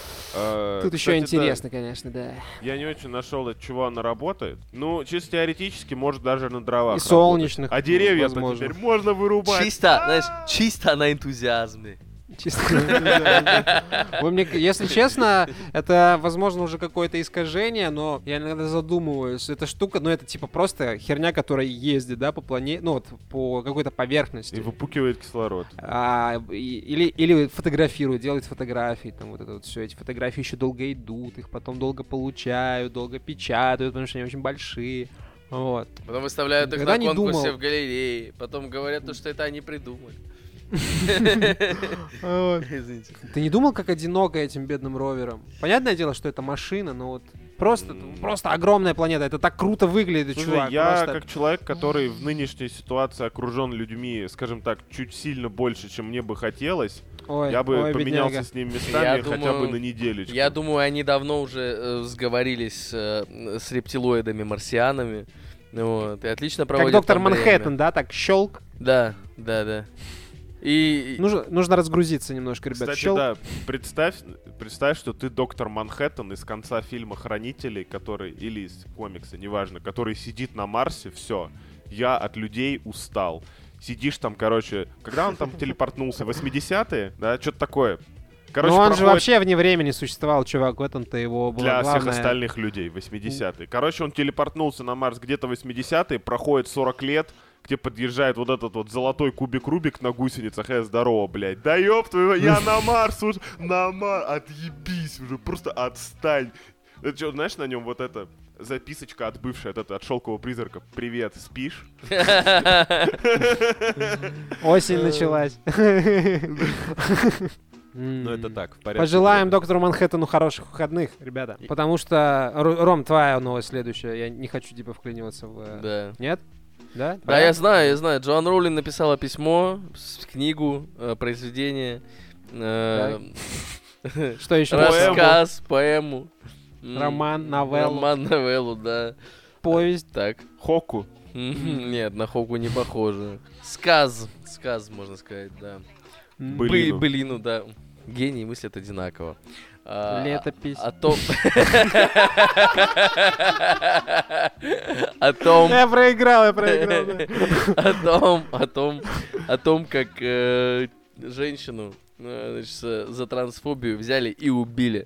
Э, Тут еще кстати, да, интересно, конечно, да. я не очень нашел, от чего она работает. Ну, чисто теоретически, может даже на дровах И работать. солнечных, А деревья-то возможно. теперь можно вырубать. Чисто, знаешь, чисто на энтузиазме. Чисто. Вы мне, если честно, это, возможно, уже какое-то искажение, но я иногда задумываюсь. Эта штука, ну, это типа просто херня, которая ездит, да, по планете, ну, вот по какой-то поверхности. И выпукивает кислород. А, и- или, или фотографирует, делает фотографии, там вот это вот все. Эти фотографии еще долго идут, их потом долго получают, долго печатают, потому что они очень большие. Вот. Потом выставляют их Никогда на не конкурсе думал. в галерее. Потом говорят, то, что это они придумали. Извините. Ты не думал, как одиноко этим бедным роверам? Понятное дело, что это машина, но вот просто, просто огромная планета. Это так круто выглядит, Слушай, чувак. я просто. как человек, который в нынешней ситуации окружен людьми, скажем так, чуть сильно больше, чем мне бы хотелось, Ой, я бы ой, поменялся бедняга. с ним Я местами хотя думаю- бы на неделечку. Я думаю, они давно уже э, сговорились э, с рептилоидами, марсианами. Вот, и отлично Как проводят доктор там время. Манхэттен, да, так щелк. Да, да, да. И... Нужно, нужно разгрузиться немножко, ребят. Кстати, Щелк. да, представь, представь, что ты доктор Манхэттен из конца фильма «Хранители», который, или из комикса, неважно, который сидит на Марсе, все, я от людей устал. Сидишь там, короче, когда он там телепортнулся, восьмидесятые, да, что-то такое. Короче, Но он же проходит вообще вне времени существовал, чувак, в этом-то его было для главное. всех остальных людей, восьмидесятые. Короче, он телепортнулся на Марс где-то восьмидесятые, проходит сорок лет, где подъезжает вот этот вот золотой кубик Рубик на гусеницах. Э, здорово, блядь. Да ёб твою, я на Марс уже. На Марс. Отъебись уже, просто отстань. Это что, знаешь, на нем вот эта записочка от бывшей, от, этого, от шелкового призрака. Привет, спишь? Осень началась. Ну, это так, в порядке. Пожелаем доктору Манхэттену хороших выходных, ребята. Потому что, Ро- Ром, твоя новость следующая. Я не хочу, типа, вклиниваться в... э, Да. Нет? Да? Да, я знаю, я знаю. Джоан Роулинг написала письмо, с- книгу, э, произведение, э, Что еще? рассказ, поэму. М, Роман, новеллу. Роман, новеллу, да. Повесть. Так. Хоку. Мгм, Нет, на Хоку не похоже. Сказ. Сказ, можно сказать, да. Былину. Бы- Былину, да. Гении мыслят одинаково. А, Летопись. О том... О том... Я проиграл, я проиграл. да. О том, о том, о том, как э, женщину э, значит, за- за трансфобию взяли и убили.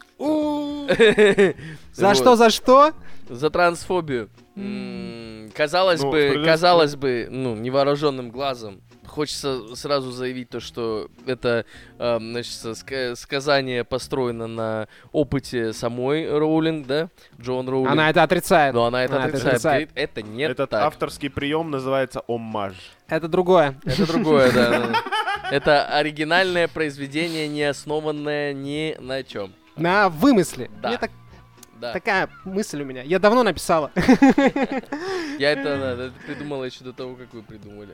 За Вот. что, за что? За трансфобию. М, Казалось Ну, бы, справедливости- казалось бы, ну, невооруженным глазом. хочется сразу заявить то, что это, э, значит, ска- сказание построено на опыте самой Роулинг, да, Джоан Роулинг. Она это отрицает. Но она это Она это отрицает. отрицает. Говорит, это не Этот так. авторский прием называется оммаж. Это другое. Это другое, да, да. Это оригинальное произведение, не основанное ни на чем. На вымысле. Да. Мне так- Да. такая мысль у меня. Я давно написала. Я это, да, это придумала еще до того, как вы придумали.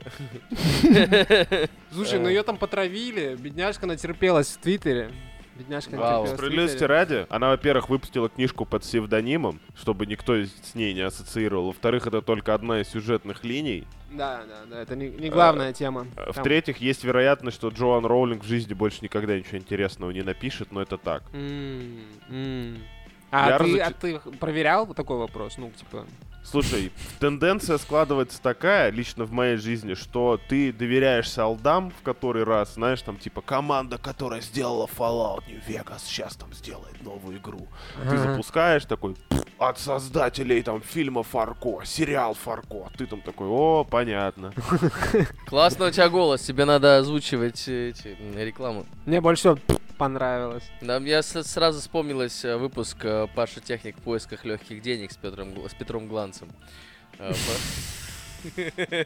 Слушай, ну ее там потравили. Бедняжка натерпелась в Твиттере. Бедняжка Вау. натерпелась в Справедливости Твиттере. ради, она, во-первых, выпустила книжку под псевдонимом, чтобы никто с ней не ассоциировал. Во-вторых, это только одна из сюжетных линий. Да, да, да, это не, не главная тема. А, Там- В-третьих, есть вероятность, что Джоан Роулинг в жизни больше никогда ничего интересного не напишет, но это так. М, м. А, Я ты, разоч- а ты проверял такой вопрос? Ну, типа... Слушай, тенденция складывается такая, лично в моей жизни, что ты доверяешься алдам в который раз, знаешь, там типа команда, которая сделала Fallout New Vegas, сейчас там сделает новую игру. Ты Ага. запускаешь такой, «Пф, от создателей там фильма Фарко, сериал Фарко. Ты там такой, о, понятно. Классно у тебя голос, тебе надо озвучивать э, эти м, рекламу. Мне больше всего понравилось. Да, я с- сразу вспомнилась э, выпуск э, Паша Техник в поисках легких денег с Петром, Гл- с Петром Гланцем. Э, по-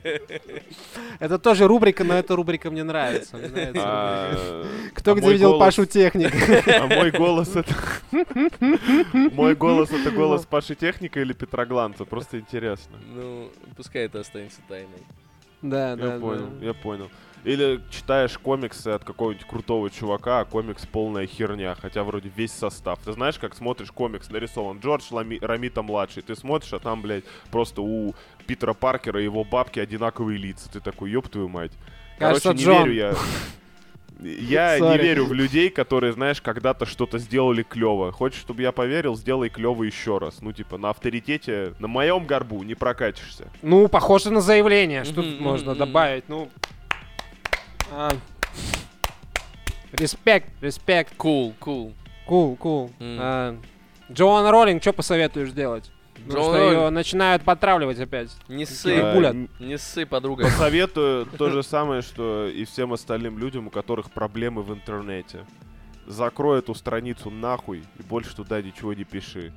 Это тоже рубрика, но эта рубрика мне нравится. Мне нравится рубрика. А, Кто а где мой видел голос- Пашу Техник? А мой голос это... Мой голос это голос Паши Техника или Петра Гланца? Просто интересно. Ну, пускай это останется тайной. Да, да, Я да. понял, я понял. Или читаешь комиксы от какого-нибудь крутого чувака, а комикс полная херня, хотя вроде весь состав. Ты знаешь, как смотришь комикс, нарисован Джордж Лами- Ромита-младший, ты смотришь, а там, блядь, просто у Питера Паркера и его бабки одинаковые лица. Ты такой, ёб твою мать. Кажется, Короче, не Джон. верю я... Я не Sorry. верю в людей, которые, знаешь, когда-то что-то сделали клево. Хочешь, чтобы я поверил, сделай клево еще раз. Ну, типа, на авторитете, на моем горбу не прокатишься. Ну, похоже на заявление. Что Мгм, тут можно мгм, добавить? Ну... а, Респект, респект. Кул, кул. Кул, кул. М. А, Джоан Роллинг, что посоветуешь делать? Потому Джоан что ее Роллинг. начинают подтравливать опять. Не Э, ссы, булят. н- не ссы, подруга. Посоветую то же самое, что и всем остальным людям, у которых проблемы в интернете. Закрой эту страницу нахуй и больше туда ничего не пиши.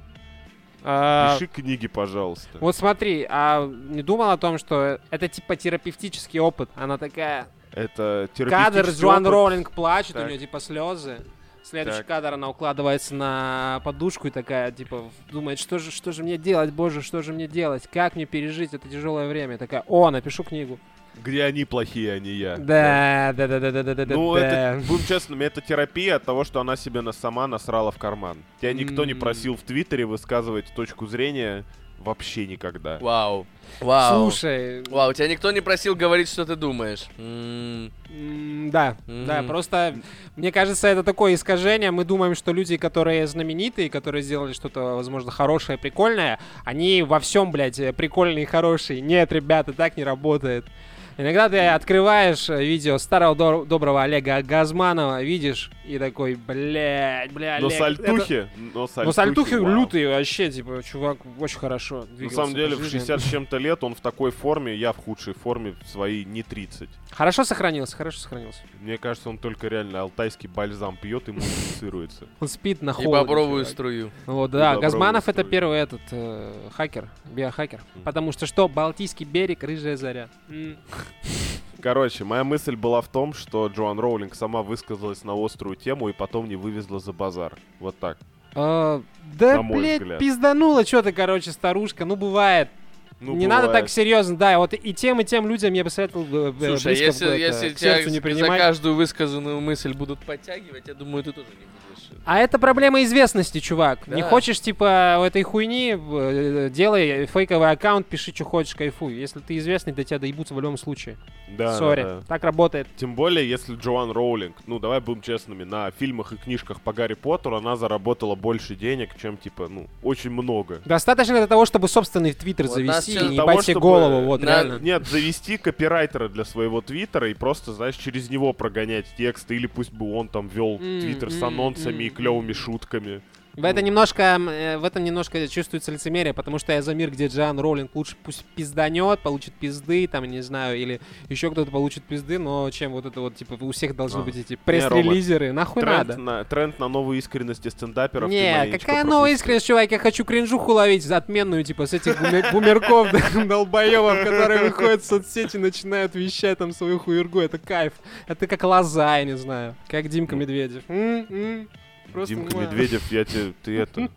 А, Пиши книги, пожалуйста. Вот смотри, а не думал о том, что это типа терапевтический опыт? Она такая... Это Кадр, терапевтический Джоан опыт. Роллинг плачет, Так. у нее типа слезы. Следующий Так. кадр, она укладывается на подушку и такая, типа, думает, что же, что же мне делать, боже, что же мне делать, как мне пережить это тяжелое время. И такая, о, напишу книгу. Где они плохие, а не я. Да, да, да, да, да, да, да, да. Ну, да. это, будем честными, это терапия от того, что она себе на сама насрала в карман. Тебя никто не М. просил в Твиттере высказывать точку зрения вообще никогда. Вау. Вау. Слушай, Вау, тебя никто не просил говорить, что ты думаешь. М, м, да, да, Мгм. просто мне кажется, это такое искажение. Мы думаем, что люди, которые знаменитые, которые сделали что-то, возможно, хорошее, прикольное, они во всем, блядь, прикольные и хорошие. Нет, ребята, так не работает. Иногда ты открываешь э, видео старого дор- доброго Олега Газманова, видишь, и такой, блядь, бля, Но Олег, сальтухи, это- но сальтухи, Ну, сальтухи вау. лютые вообще, типа, чувак очень хорошо На двигался самом деле, по в жизни. шестьдесят с чем-то лет он в такой форме, я в худшей форме, в свои не тридцать. Хорошо сохранился, хорошо сохранился. Мне кажется, он только реально алтайский бальзам пьет и музицируется. Он спит на И холоде. бобровую чувак. струю. Вот, И да, бобровую Газманов это струю. первый этот э, хакер, биохакер. Мгм. Потому что что? Балтийский берег, рыжая заря. М. Короче, моя мысль была в том, что Джоан Роулинг сама высказалась на острую тему и потом не вывезла за базар. Вот так. А, да, На мой блядь, взгляд. пизданула что-то, короче, старушка. Ну, бывает. Ну, не надо бывает. так серьезно, да. Вот и тем, и тем людям я бы советовал э, э, Слушай, близко если, в это, если к тебя сердцу не за принимать. каждую высказанную мысль будут подтягивать, я думаю, ты тоже не будешь. А это проблема известности, чувак. Не Да. хочешь, типа, этой хуйни, э, делай фейковый аккаунт, пиши, что хочешь, кайфуй. Если ты известный, до тебя доебутся в любом случае. Да, Сори, да, да. так работает. Тем более, если Джоан Роулинг, ну давай будем честными, на фильмах и книжках по Гарри Поттеру она заработала больше денег, чем типа, ну, очень много. Достаточно для того, чтобы собственный твиттер Вот нас завести сейчас и для ебать того, себе чтобы голову, вот, на- реально. Нет, завести копирайтера для своего твиттера и просто, знаешь, через него прогонять тексты, или пусть бы он там вел М, твиттер с м, анонсами и м, клевыми м. шутками. В, это немножко, э, в этом немножко чувствуется лицемерие, потому что я за мир, где Джоан Роулинг лучше пусть пизданет, получит пизды, там, не знаю, или еще кто-то получит пизды, но чем вот это вот, типа, у всех должны А. быть эти пресс-релизеры, нахуй Тренд надо. на, тренд на новую искренность стендаперов. ты Не, маленечко какая новая пропустил. искренность, чувак, я хочу кринжуху ловить отменную, типа, с этих бумер- бумерков, долбоебов, которые выходят в соцсети, начинают вещать там свою хуйргу, это кайф. Это как лоза, я не знаю, как Димка Медведев. М-м. Просто Димка муа. Медведев, я тебе, ты это,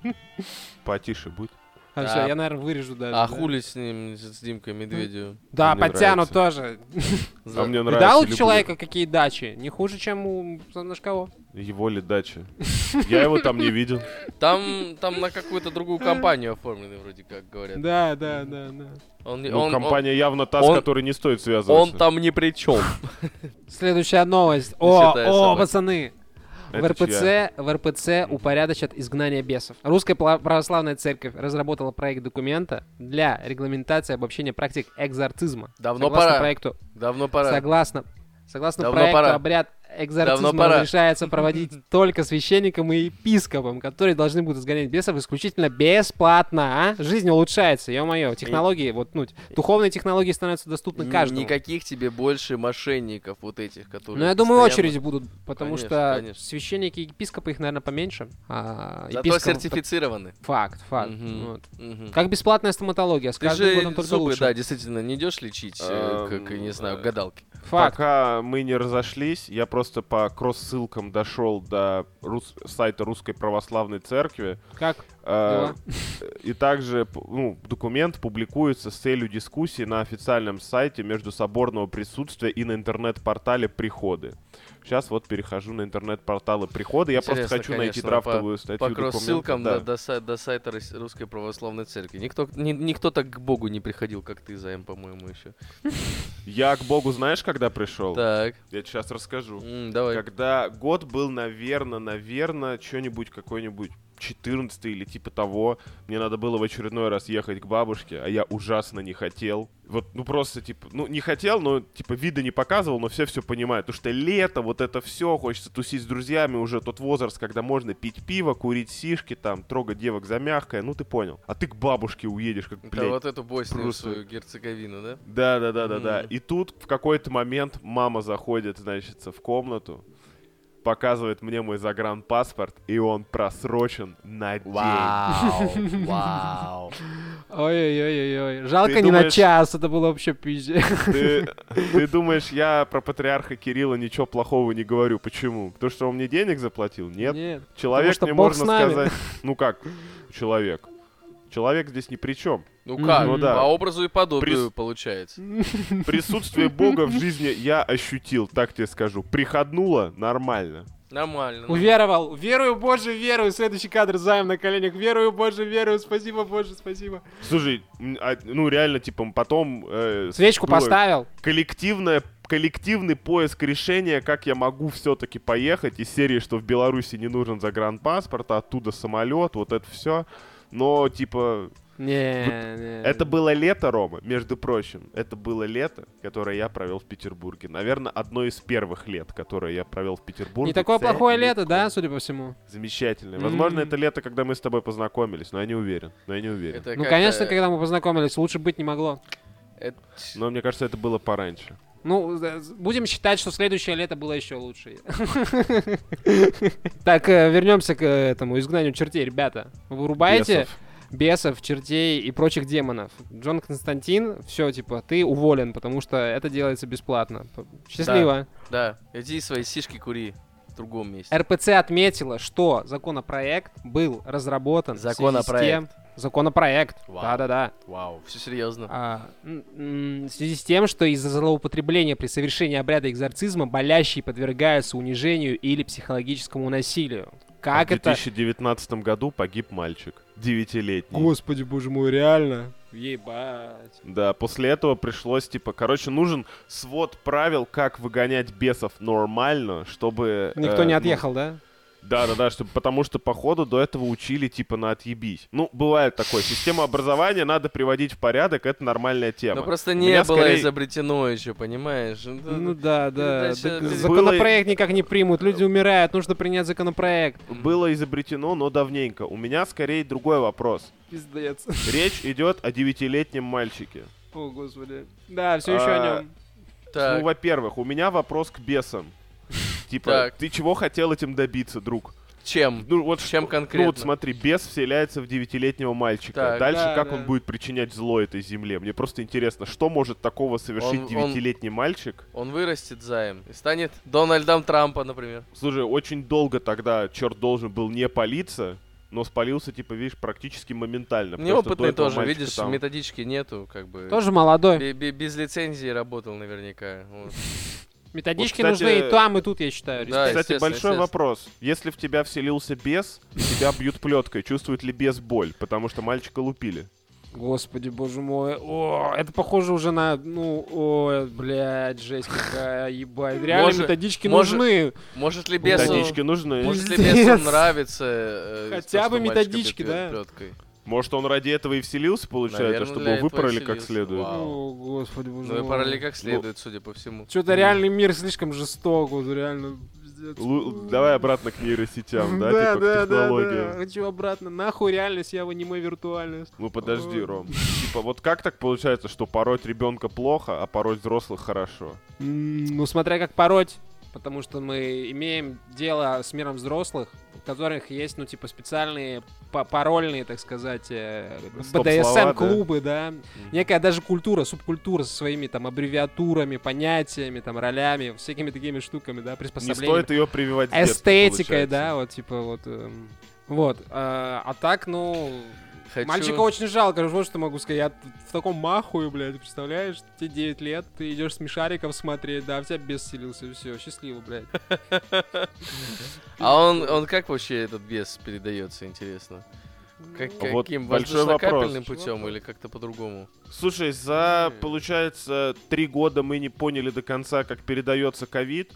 потише будь. А, А- всё, я, наверное, вырежу даже. А да. хули с ним, с Димкой Медведевым? Да, Мне подтянут нравится. тоже. За- А мне Видал нравится. у люблю. человека какие дачи? Не хуже, чем у знаешь кого? Его ли дача? Я его там не видел. Там, там на какую-то другую компанию оформлены, вроде как говорят. Да, да, да, да. Он, не- Ну, он- компания явно та, он- с которой не стоит он, связываться. он там ни при чем. Следующая новость. О, Святая о, собака. пацаны. В Это РПЦ, чья? в РПЦ упорядочат изгнание бесов. Русская пла- православная церковь разработала проект документа для регламентации обобщения практик экзорцизма. Давно согласно пора. проекту, Давно пора. согласно, согласно Давно проекту, пора. обряд экзорцизма Давно пора. разрешается проводить только священникам и епископам, которые должны будут изгонять бесов исключительно бесплатно. А? Жизнь улучшается, ё-моё. Технологии, вот, ну, духовные технологии становятся доступны Н- каждому. Никаких тебе больше мошенников вот этих, которые... Ну, я думаю, постоянно- очереди будут, потому Конечно, что конечно. священники и епископы, их, наверное, поменьше. А Зато епископов- сертифицированы. Факт, факт. Мгм. Вот. Мгм. Как бесплатная стоматология, с Ты каждым же годом только зубы, лучше. да, действительно, не идешь лечить, э, Эм, как, не знаю, э, гадалки. Факт. Пока мы не разошлись, я просто по кросс-ссылкам дошел до рус- сайта Русской Православной Церкви. Как? Э, И также п- ну, документ публикуется с целью дискуссии на официальном сайте междусоборного присутствия и на интернет-портале «Приходы». Сейчас вот перехожу на интернет-порталы «Приходы». Я просто Интересно, хочу найти конечно, драфтовую статью По документа. кросс-ссылкам Да. до, до сай- до сайта Рос- Русской Православной Церкви. Никто, ни- никто так к Богу не приходил, как ты, Займ, по-моему, еще. Я к Богу знаешь, когда пришел? Так, Я тебе сейчас расскажу. м, давай. Когда год был, наверное, наверное, что-нибудь, какой-нибудь четырнадцатый или типа того, мне надо было в очередной раз ехать к бабушке, а я ужасно не хотел. Вот, ну просто, типа, ну не хотел, но, типа, вида не показывал, но все все понимают. Потому что лето, вот это все, хочется тусить с друзьями, уже тот возраст, когда можно пить пиво, курить сишки, там, трогать девок за мягкое, ну ты понял. А ты к бабушке уедешь, как, Да, блядь. вот эту Боснию, просто- свою Герцеговину, да? Да, да, да, да, да. Мгм. И тут в какой-то момент мама заходит, значит, в комнату, показывает мне мой загранпаспорт, и он просрочен на день. Вау, вау. Ой-ой-ой-ой. Жалко Ты не на думаешь- час, это было вообще пиздец. Ты, ты думаешь, я про патриарха Кирилла ничего плохого не говорю? Почему? Потому что он мне денег заплатил? Нет. Нет. Человек что мне Бог можно с нами. сказать... Ну как, человек? Человек здесь ни при чем. Ну Мгм. как, Ну да. по образу и подобию Прис- получается. Присутствие Бога в жизни я ощутил, так тебе скажу. Приходнуло нормально. Нормально. ну. Уверовал. Верую, Боже, верую. Следующий кадр, Займ на коленях. Верую, Боже, верую. Спасибо, Боже, спасибо. Слушай, м, а, ну реально, типа, потом... э, Свечку было поставил. коллективное, коллективный поиск решения, как я могу все-таки поехать из серии, что в Беларуси не нужен загранпаспорт, а оттуда самолет, вот это все. Но, типа, Не, не. это было лето, Рома, между прочим. Это было лето, которое я провел в Петербурге. Наверное, одно из первых лет, которое я провел в Петербурге. Не такое плохое лето, целиком. да, судя по всему? Замечательное. Возможно, М. это лето, когда мы с тобой познакомились, но я не уверен. Но я не уверен. Это Ну, как-то- конечно, когда мы познакомились, лучше быть не могло. это- Но мне кажется, это было пораньше. Ну, э, будем считать, что следующее лето было еще лучше. Так, э, вернемся к э, этому изгнанию чертей, ребята. Вы вырубаете Бесов. бесов, чертей и прочих демонов. Джон Константин, все, типа, ты уволен, потому что это делается бесплатно. Счастливо. Да, иди свои сишки кури в другом месте. РПЦ отметила, что законопроект был разработан в связи с Законопроект. тем... Законопроект. Вау. Да-да-да. Вау, все серьезно. А, м, м, в связи с тем, что из-за злоупотребления при совершении обряда экзорцизма болящие подвергаются унижению или психологическому насилию. Как А в это? две тысячи девятнадцатом году погиб мальчик, девятилетний. Господи, боже мой, реально? Ебать. Да, после этого пришлось, типа, короче, нужен свод правил, как выгонять бесов нормально, чтобы... Никто э, не ну, отъехал, да? Да-да-да, чтобы, потому что, походу, до этого учили, типа, на отъебись. Ну, бывает такое. Систему образования надо приводить в порядок, это нормальная тема. Но просто У не меня было скорее- изобретено еще, понимаешь? Ну да, да. передача- Так Было- законопроект никак не примут, люди умирают, нужно принять законопроект. Было изобретено, но давненько. У меня, скорее, другой вопрос. Пиздец. Речь идет о девятилетнем мальчике. О, господи. Да, все еще А, о нем. Так, Ну, во-первых, у меня вопрос к бесам. Типа, Так. ты чего хотел этим добиться, друг? чем? Ну вот Чем что- конкретно? Ну вот смотри, бес вселяется в девятилетнего мальчика. Так. Дальше Да, как да. он будет причинять зло этой земле? Мне просто интересно, что может такого совершить Он- он- девятилетний мальчик? Он вырастет заем и станет Дональдом Трампа, например. Слушай, очень долго тогда черт должен был не палиться, но спалился, типа, видишь, практически моментально. потому что до Неопытный этого тоже, мальчика видишь, там- методички нету, как бы. Тоже молодой. Бе- бе- Без лицензии работал наверняка. Вот. Методички Вот, кстати, нужны и там, и тут, я считаю. Да, респект. Кстати, естественно, большой естественно. вопрос. Если в тебя вселился бес, и тебя бьют плеткой, чувствует ли бес боль? Потому что мальчика лупили. Господи, боже мой. О, это похоже уже на, ну, ой, блядь, жесть какая, ебать. Реально Может- методички может- нужны. Может ли бесу... Методички нужны. Может ли Пиздец. бесу нравится... э, Хотя то, что бы мальчика методички, бьет да. плеткой? Может, он ради этого и вселился, получается, Наверно, чтобы для его этого и выпороли как вселился. следует? Вау. О, господи, боже Ну и мой. параллели как следует, судя по всему. Что-то реальный мир слишком жесток, вот реально. Пиздец. Лу- Давай обратно к нейросетям, да, Да, типа да, к да, технологиям. да. Хочу обратно. Нахуй реальность, я вынимаю виртуальность. Ну подожди, Ром. Типа, вот как так получается, что пороть ребенка плохо, а пороть взрослых хорошо? М, Ну, смотря как пороть. Потому что мы имеем дело с миром взрослых, у которых есть, ну, типа, специальные по- парольные, так сказать, э, Стоп-слова, БДСМ-клубы, да. Некая даже культура, субкультура со своими там аббревиатурами, понятиями, там, ролями, всякими такими штуками, да, Не приспособлениями. стоит ее прививать с детства, Эстетикой, получается. да, вот, типа, вот. эм, Вот. А, а так, ну... Хочу- Мальчика очень жалко, вот что могу сказать. Я в таком махуе, блядь, представляешь? Тебе девять лет, ты идешь смешариков смотреть, да, в тебя бес селился, все, счастливо, блядь. А он, он как вообще этот бес передается, интересно? Как, А вот каким? большой Воздушно-капельным вопрос. путем или как-то по-другому? Слушай, за, получается, три года мы не поняли до конца, как передается ковид.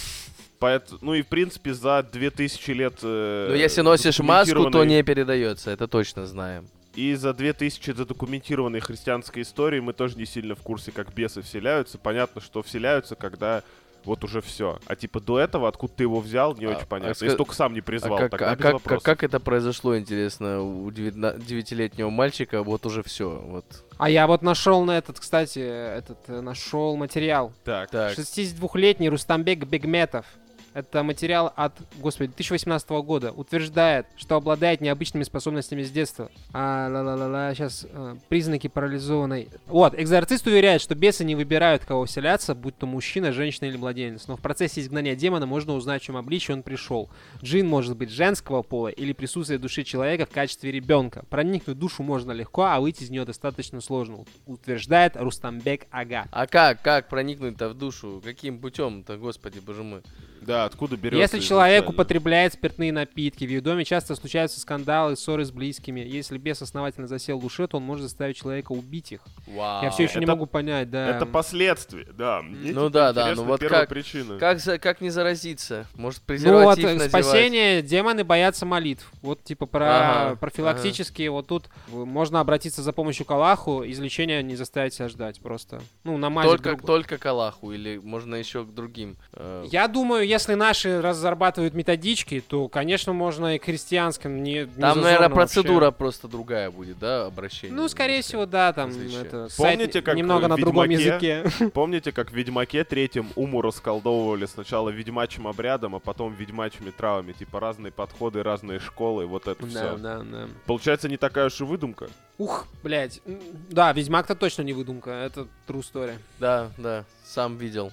Поэт- Ну и, в принципе, за две тысячи лет... э, Но если носишь маску, то задокументированной- не передается, это точно знаем. И за две тысячи задокументированной христианской истории мы тоже не сильно в курсе, как бесы вселяются. Понятно, что вселяются, когда вот уже все. А типа до этого, откуда ты его взял, не А- очень а понятно. ска- Если только сам не А призвал, как, тогда а без как, как, вопросов. как это произошло, интересно, у девятна- девятилетнего мальчика, вот уже все, вот. А я вот нашел на этот, кстати, этот, нашел материал. Так, Так, шестидесятидвухлетний Рустамбек Бегметов. Это материал от, господи, две тысячи восемнадцатого года. Утверждает, что обладает необычными способностями с детства. А, ла-ла-ла-ла, сейчас э, признаки парализованной. Вот, экзорцист уверяет, что бесы не выбирают, кого вселяться, будь то мужчина, женщина или младенец. Но в процессе изгнания демона можно узнать, в чем обличье он пришел. Джин может быть женского пола или присутствие души человека в качестве ребенка. Проникнуть в душу можно легко, а выйти из нее достаточно сложно, утверждает Рустамбек Ага. а как, как проникнуть-то в душу? Каким путем-то, господи, боже мой? да, откуда берется Если человек изначально? употребляет спиртные напитки, в ее доме часто случаются скандалы, ссоры с близкими. Если бес основательно засел в душе, то он может заставить человека убить их. Вау. Я все еще не Это- могу понять, да. Это последствия, да. Мне Ну типа да, да, интересна ну вот первая как- причина. Как, за, как не заразиться? Может, Ну вот, презерватив э, надевать? спасение, демоны боятся молитв. Вот типа про Ага, профилактические, вот тут э, можно обратиться за помощью к Аллаху, излечения не заставить себя ждать просто. Ну, намазать Только, друг- только к Аллаху или можно еще к другим? э, Я думаю, если наши разрабатывают методички, то, конечно, можно и к христианским. Не, не Там, зазорно наверное, вообще. процедура просто другая будет, да, обращение? Ну, скорее немножко? всего, да, там различия. это Помните, сайт как немного в на другом «Ведьмаке»? языке. Помните, как в Ведьмаке третьем уму расколдовывали сначала ведьмачьим обрядом, а потом ведьмачьими травами? Типа разные подходы, разные школы, вот это Да, все. да, да. Получается, не такая уж и выдумка. Ух, блядь. М, Да, Ведьмак-то точно не выдумка, это true story. Да, да, сам видел.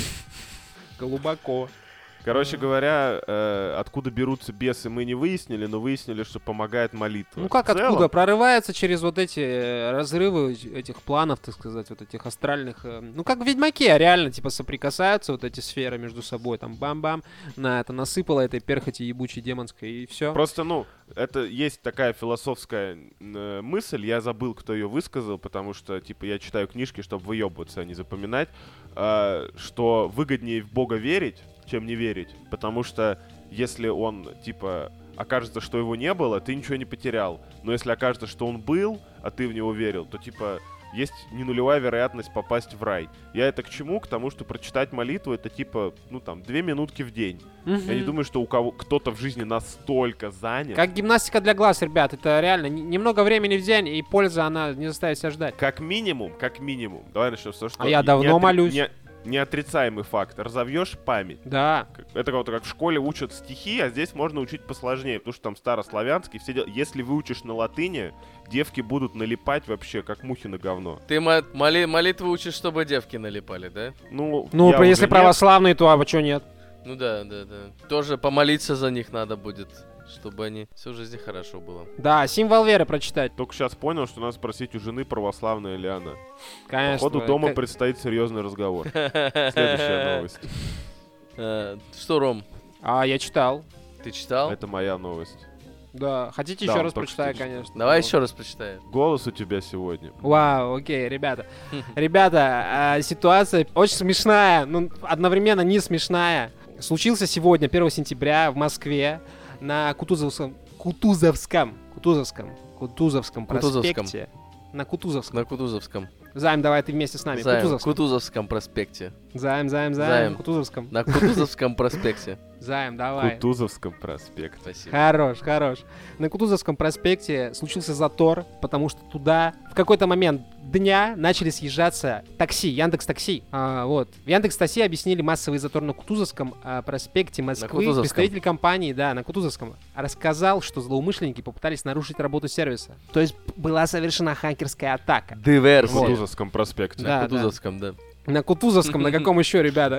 Глубоко. Короче говоря, э, откуда берутся бесы, мы не выяснили, но выяснили, что помогает молитва. Ну как В целом, откуда? Прорывается через вот эти э, разрывы этих планов, так сказать, вот этих астральных. э, Ну как в Ведьмаке, реально, типа, соприкасаются вот эти сферы между собой, там бам-бам, на это насыпало этой перхоти ебучей демонской, и все. Просто, ну, это есть такая философская э, мысль, я забыл, кто ее высказал, потому что, типа, я читаю книжки, чтобы выебываться, а не запоминать, э, что выгоднее в Бога верить, чем не верить, потому что если он, типа, окажется, что его не было, ты ничего не потерял. Но если окажется, что он был, а ты в него верил, то, типа, есть не нулевая вероятность попасть в рай. Я это к чему? К тому, что прочитать молитву — это, типа, ну, там, две минутки в день. Мгм. Я не думаю, что у кого кто-то в жизни настолько занят. Как гимнастика для глаз, ребят. Это реально н- немного времени в день, и польза, она не заставит себя ждать. Как минимум, как минимум. Давай начнем с того, что... А я не давно отри- молюсь. не- Неотрицаемый факт. Разовьешь память. Да. Как- Это как, как в школе учат стихи, а здесь можно учить посложнее, потому что там старославянский, все дела. Если выучишь на латыни, девки будут налипать вообще, как мухи на говно. Ты мо- моли- молитву учишь, чтобы девки налипали, да? Ну, Ну, я про- если уже нет. православные, то а чё нет? Ну да, да, да. Тоже помолиться за них надо будет, чтобы они всю жизнь хорошо было. Да, символ веры прочитать. Только сейчас понял, что надо спросить у жены, православная ли она. Конечно. Походу, дома Как- предстоит серьезный разговор. Следующая новость. Э, Что, Ром, А, я читал. ты читал? Это моя новость. Да. Хотите Да, еще он раз только прочитаю, что читал. конечно. Давай Вот. еще раз прочитай. Голос у тебя сегодня. Вау, окей, ребята. Ребята, а, ситуация очень смешная, но одновременно не смешная. Случился сегодня, первого сентября, в Москве, на Кутузовском, Кутузовском, Кутузовском, Кутузовском Кутузовском. проспекте. На Кутузовском. На Кутузовском. Займ, давай ты вместе с нами. Займ, Кутузовском. Кутузовском проспекте. Займ, займ, займ. Займ. Кутузовском. На Кутузовском проспекте. Займ, давай. Кутузовском проспекте. Спасибо. Хорош, хорош. На Кутузовском проспекте случился затор, потому что туда в какой-то момент дня начали съезжаться такси, Яндекс.Такси. А, вот. В Яндекс.Такси объяснили массовый затор на Кутузовском а, проспекте Москвы. Кутузовском. Представитель компании, да, на Кутузовском, рассказал, что злоумышленники попытались нарушить работу сервиса. То есть была совершена хакерская атака. В Диверсия. Кутузовском проспекте. Да, На Кутузовском, да. На Кутузовском, на каком еще, ребята?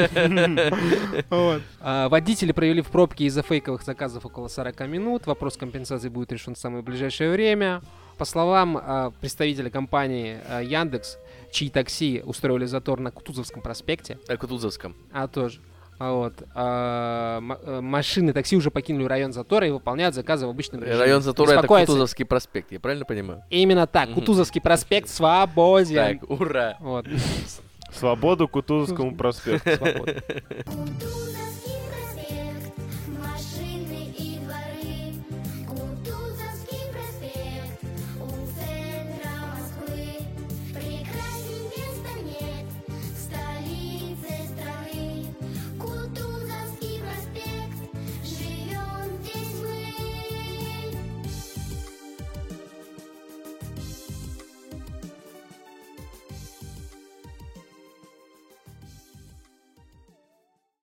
Вот. А, Водители провели в пробке из-за фейковых заказов около сорок минут. Вопрос компенсации будет решен в самое ближайшее время. По словам а, представителя компании а, Яндекс, чьи такси устроили затор на Кутузовском проспекте, На Кутузовском. а тоже, а вот, а, м- э, машины такси уже покинули район затора и выполняют заказы в обычном режиме. Район затора — это Беспокоиться- Кутузовский проспект, я правильно понимаю? Именно так. Мгм. Кутузовский проспект свободен. Так, ура. Вот. Свободу Кутузовскому проспекту. Свободен. Кутузовский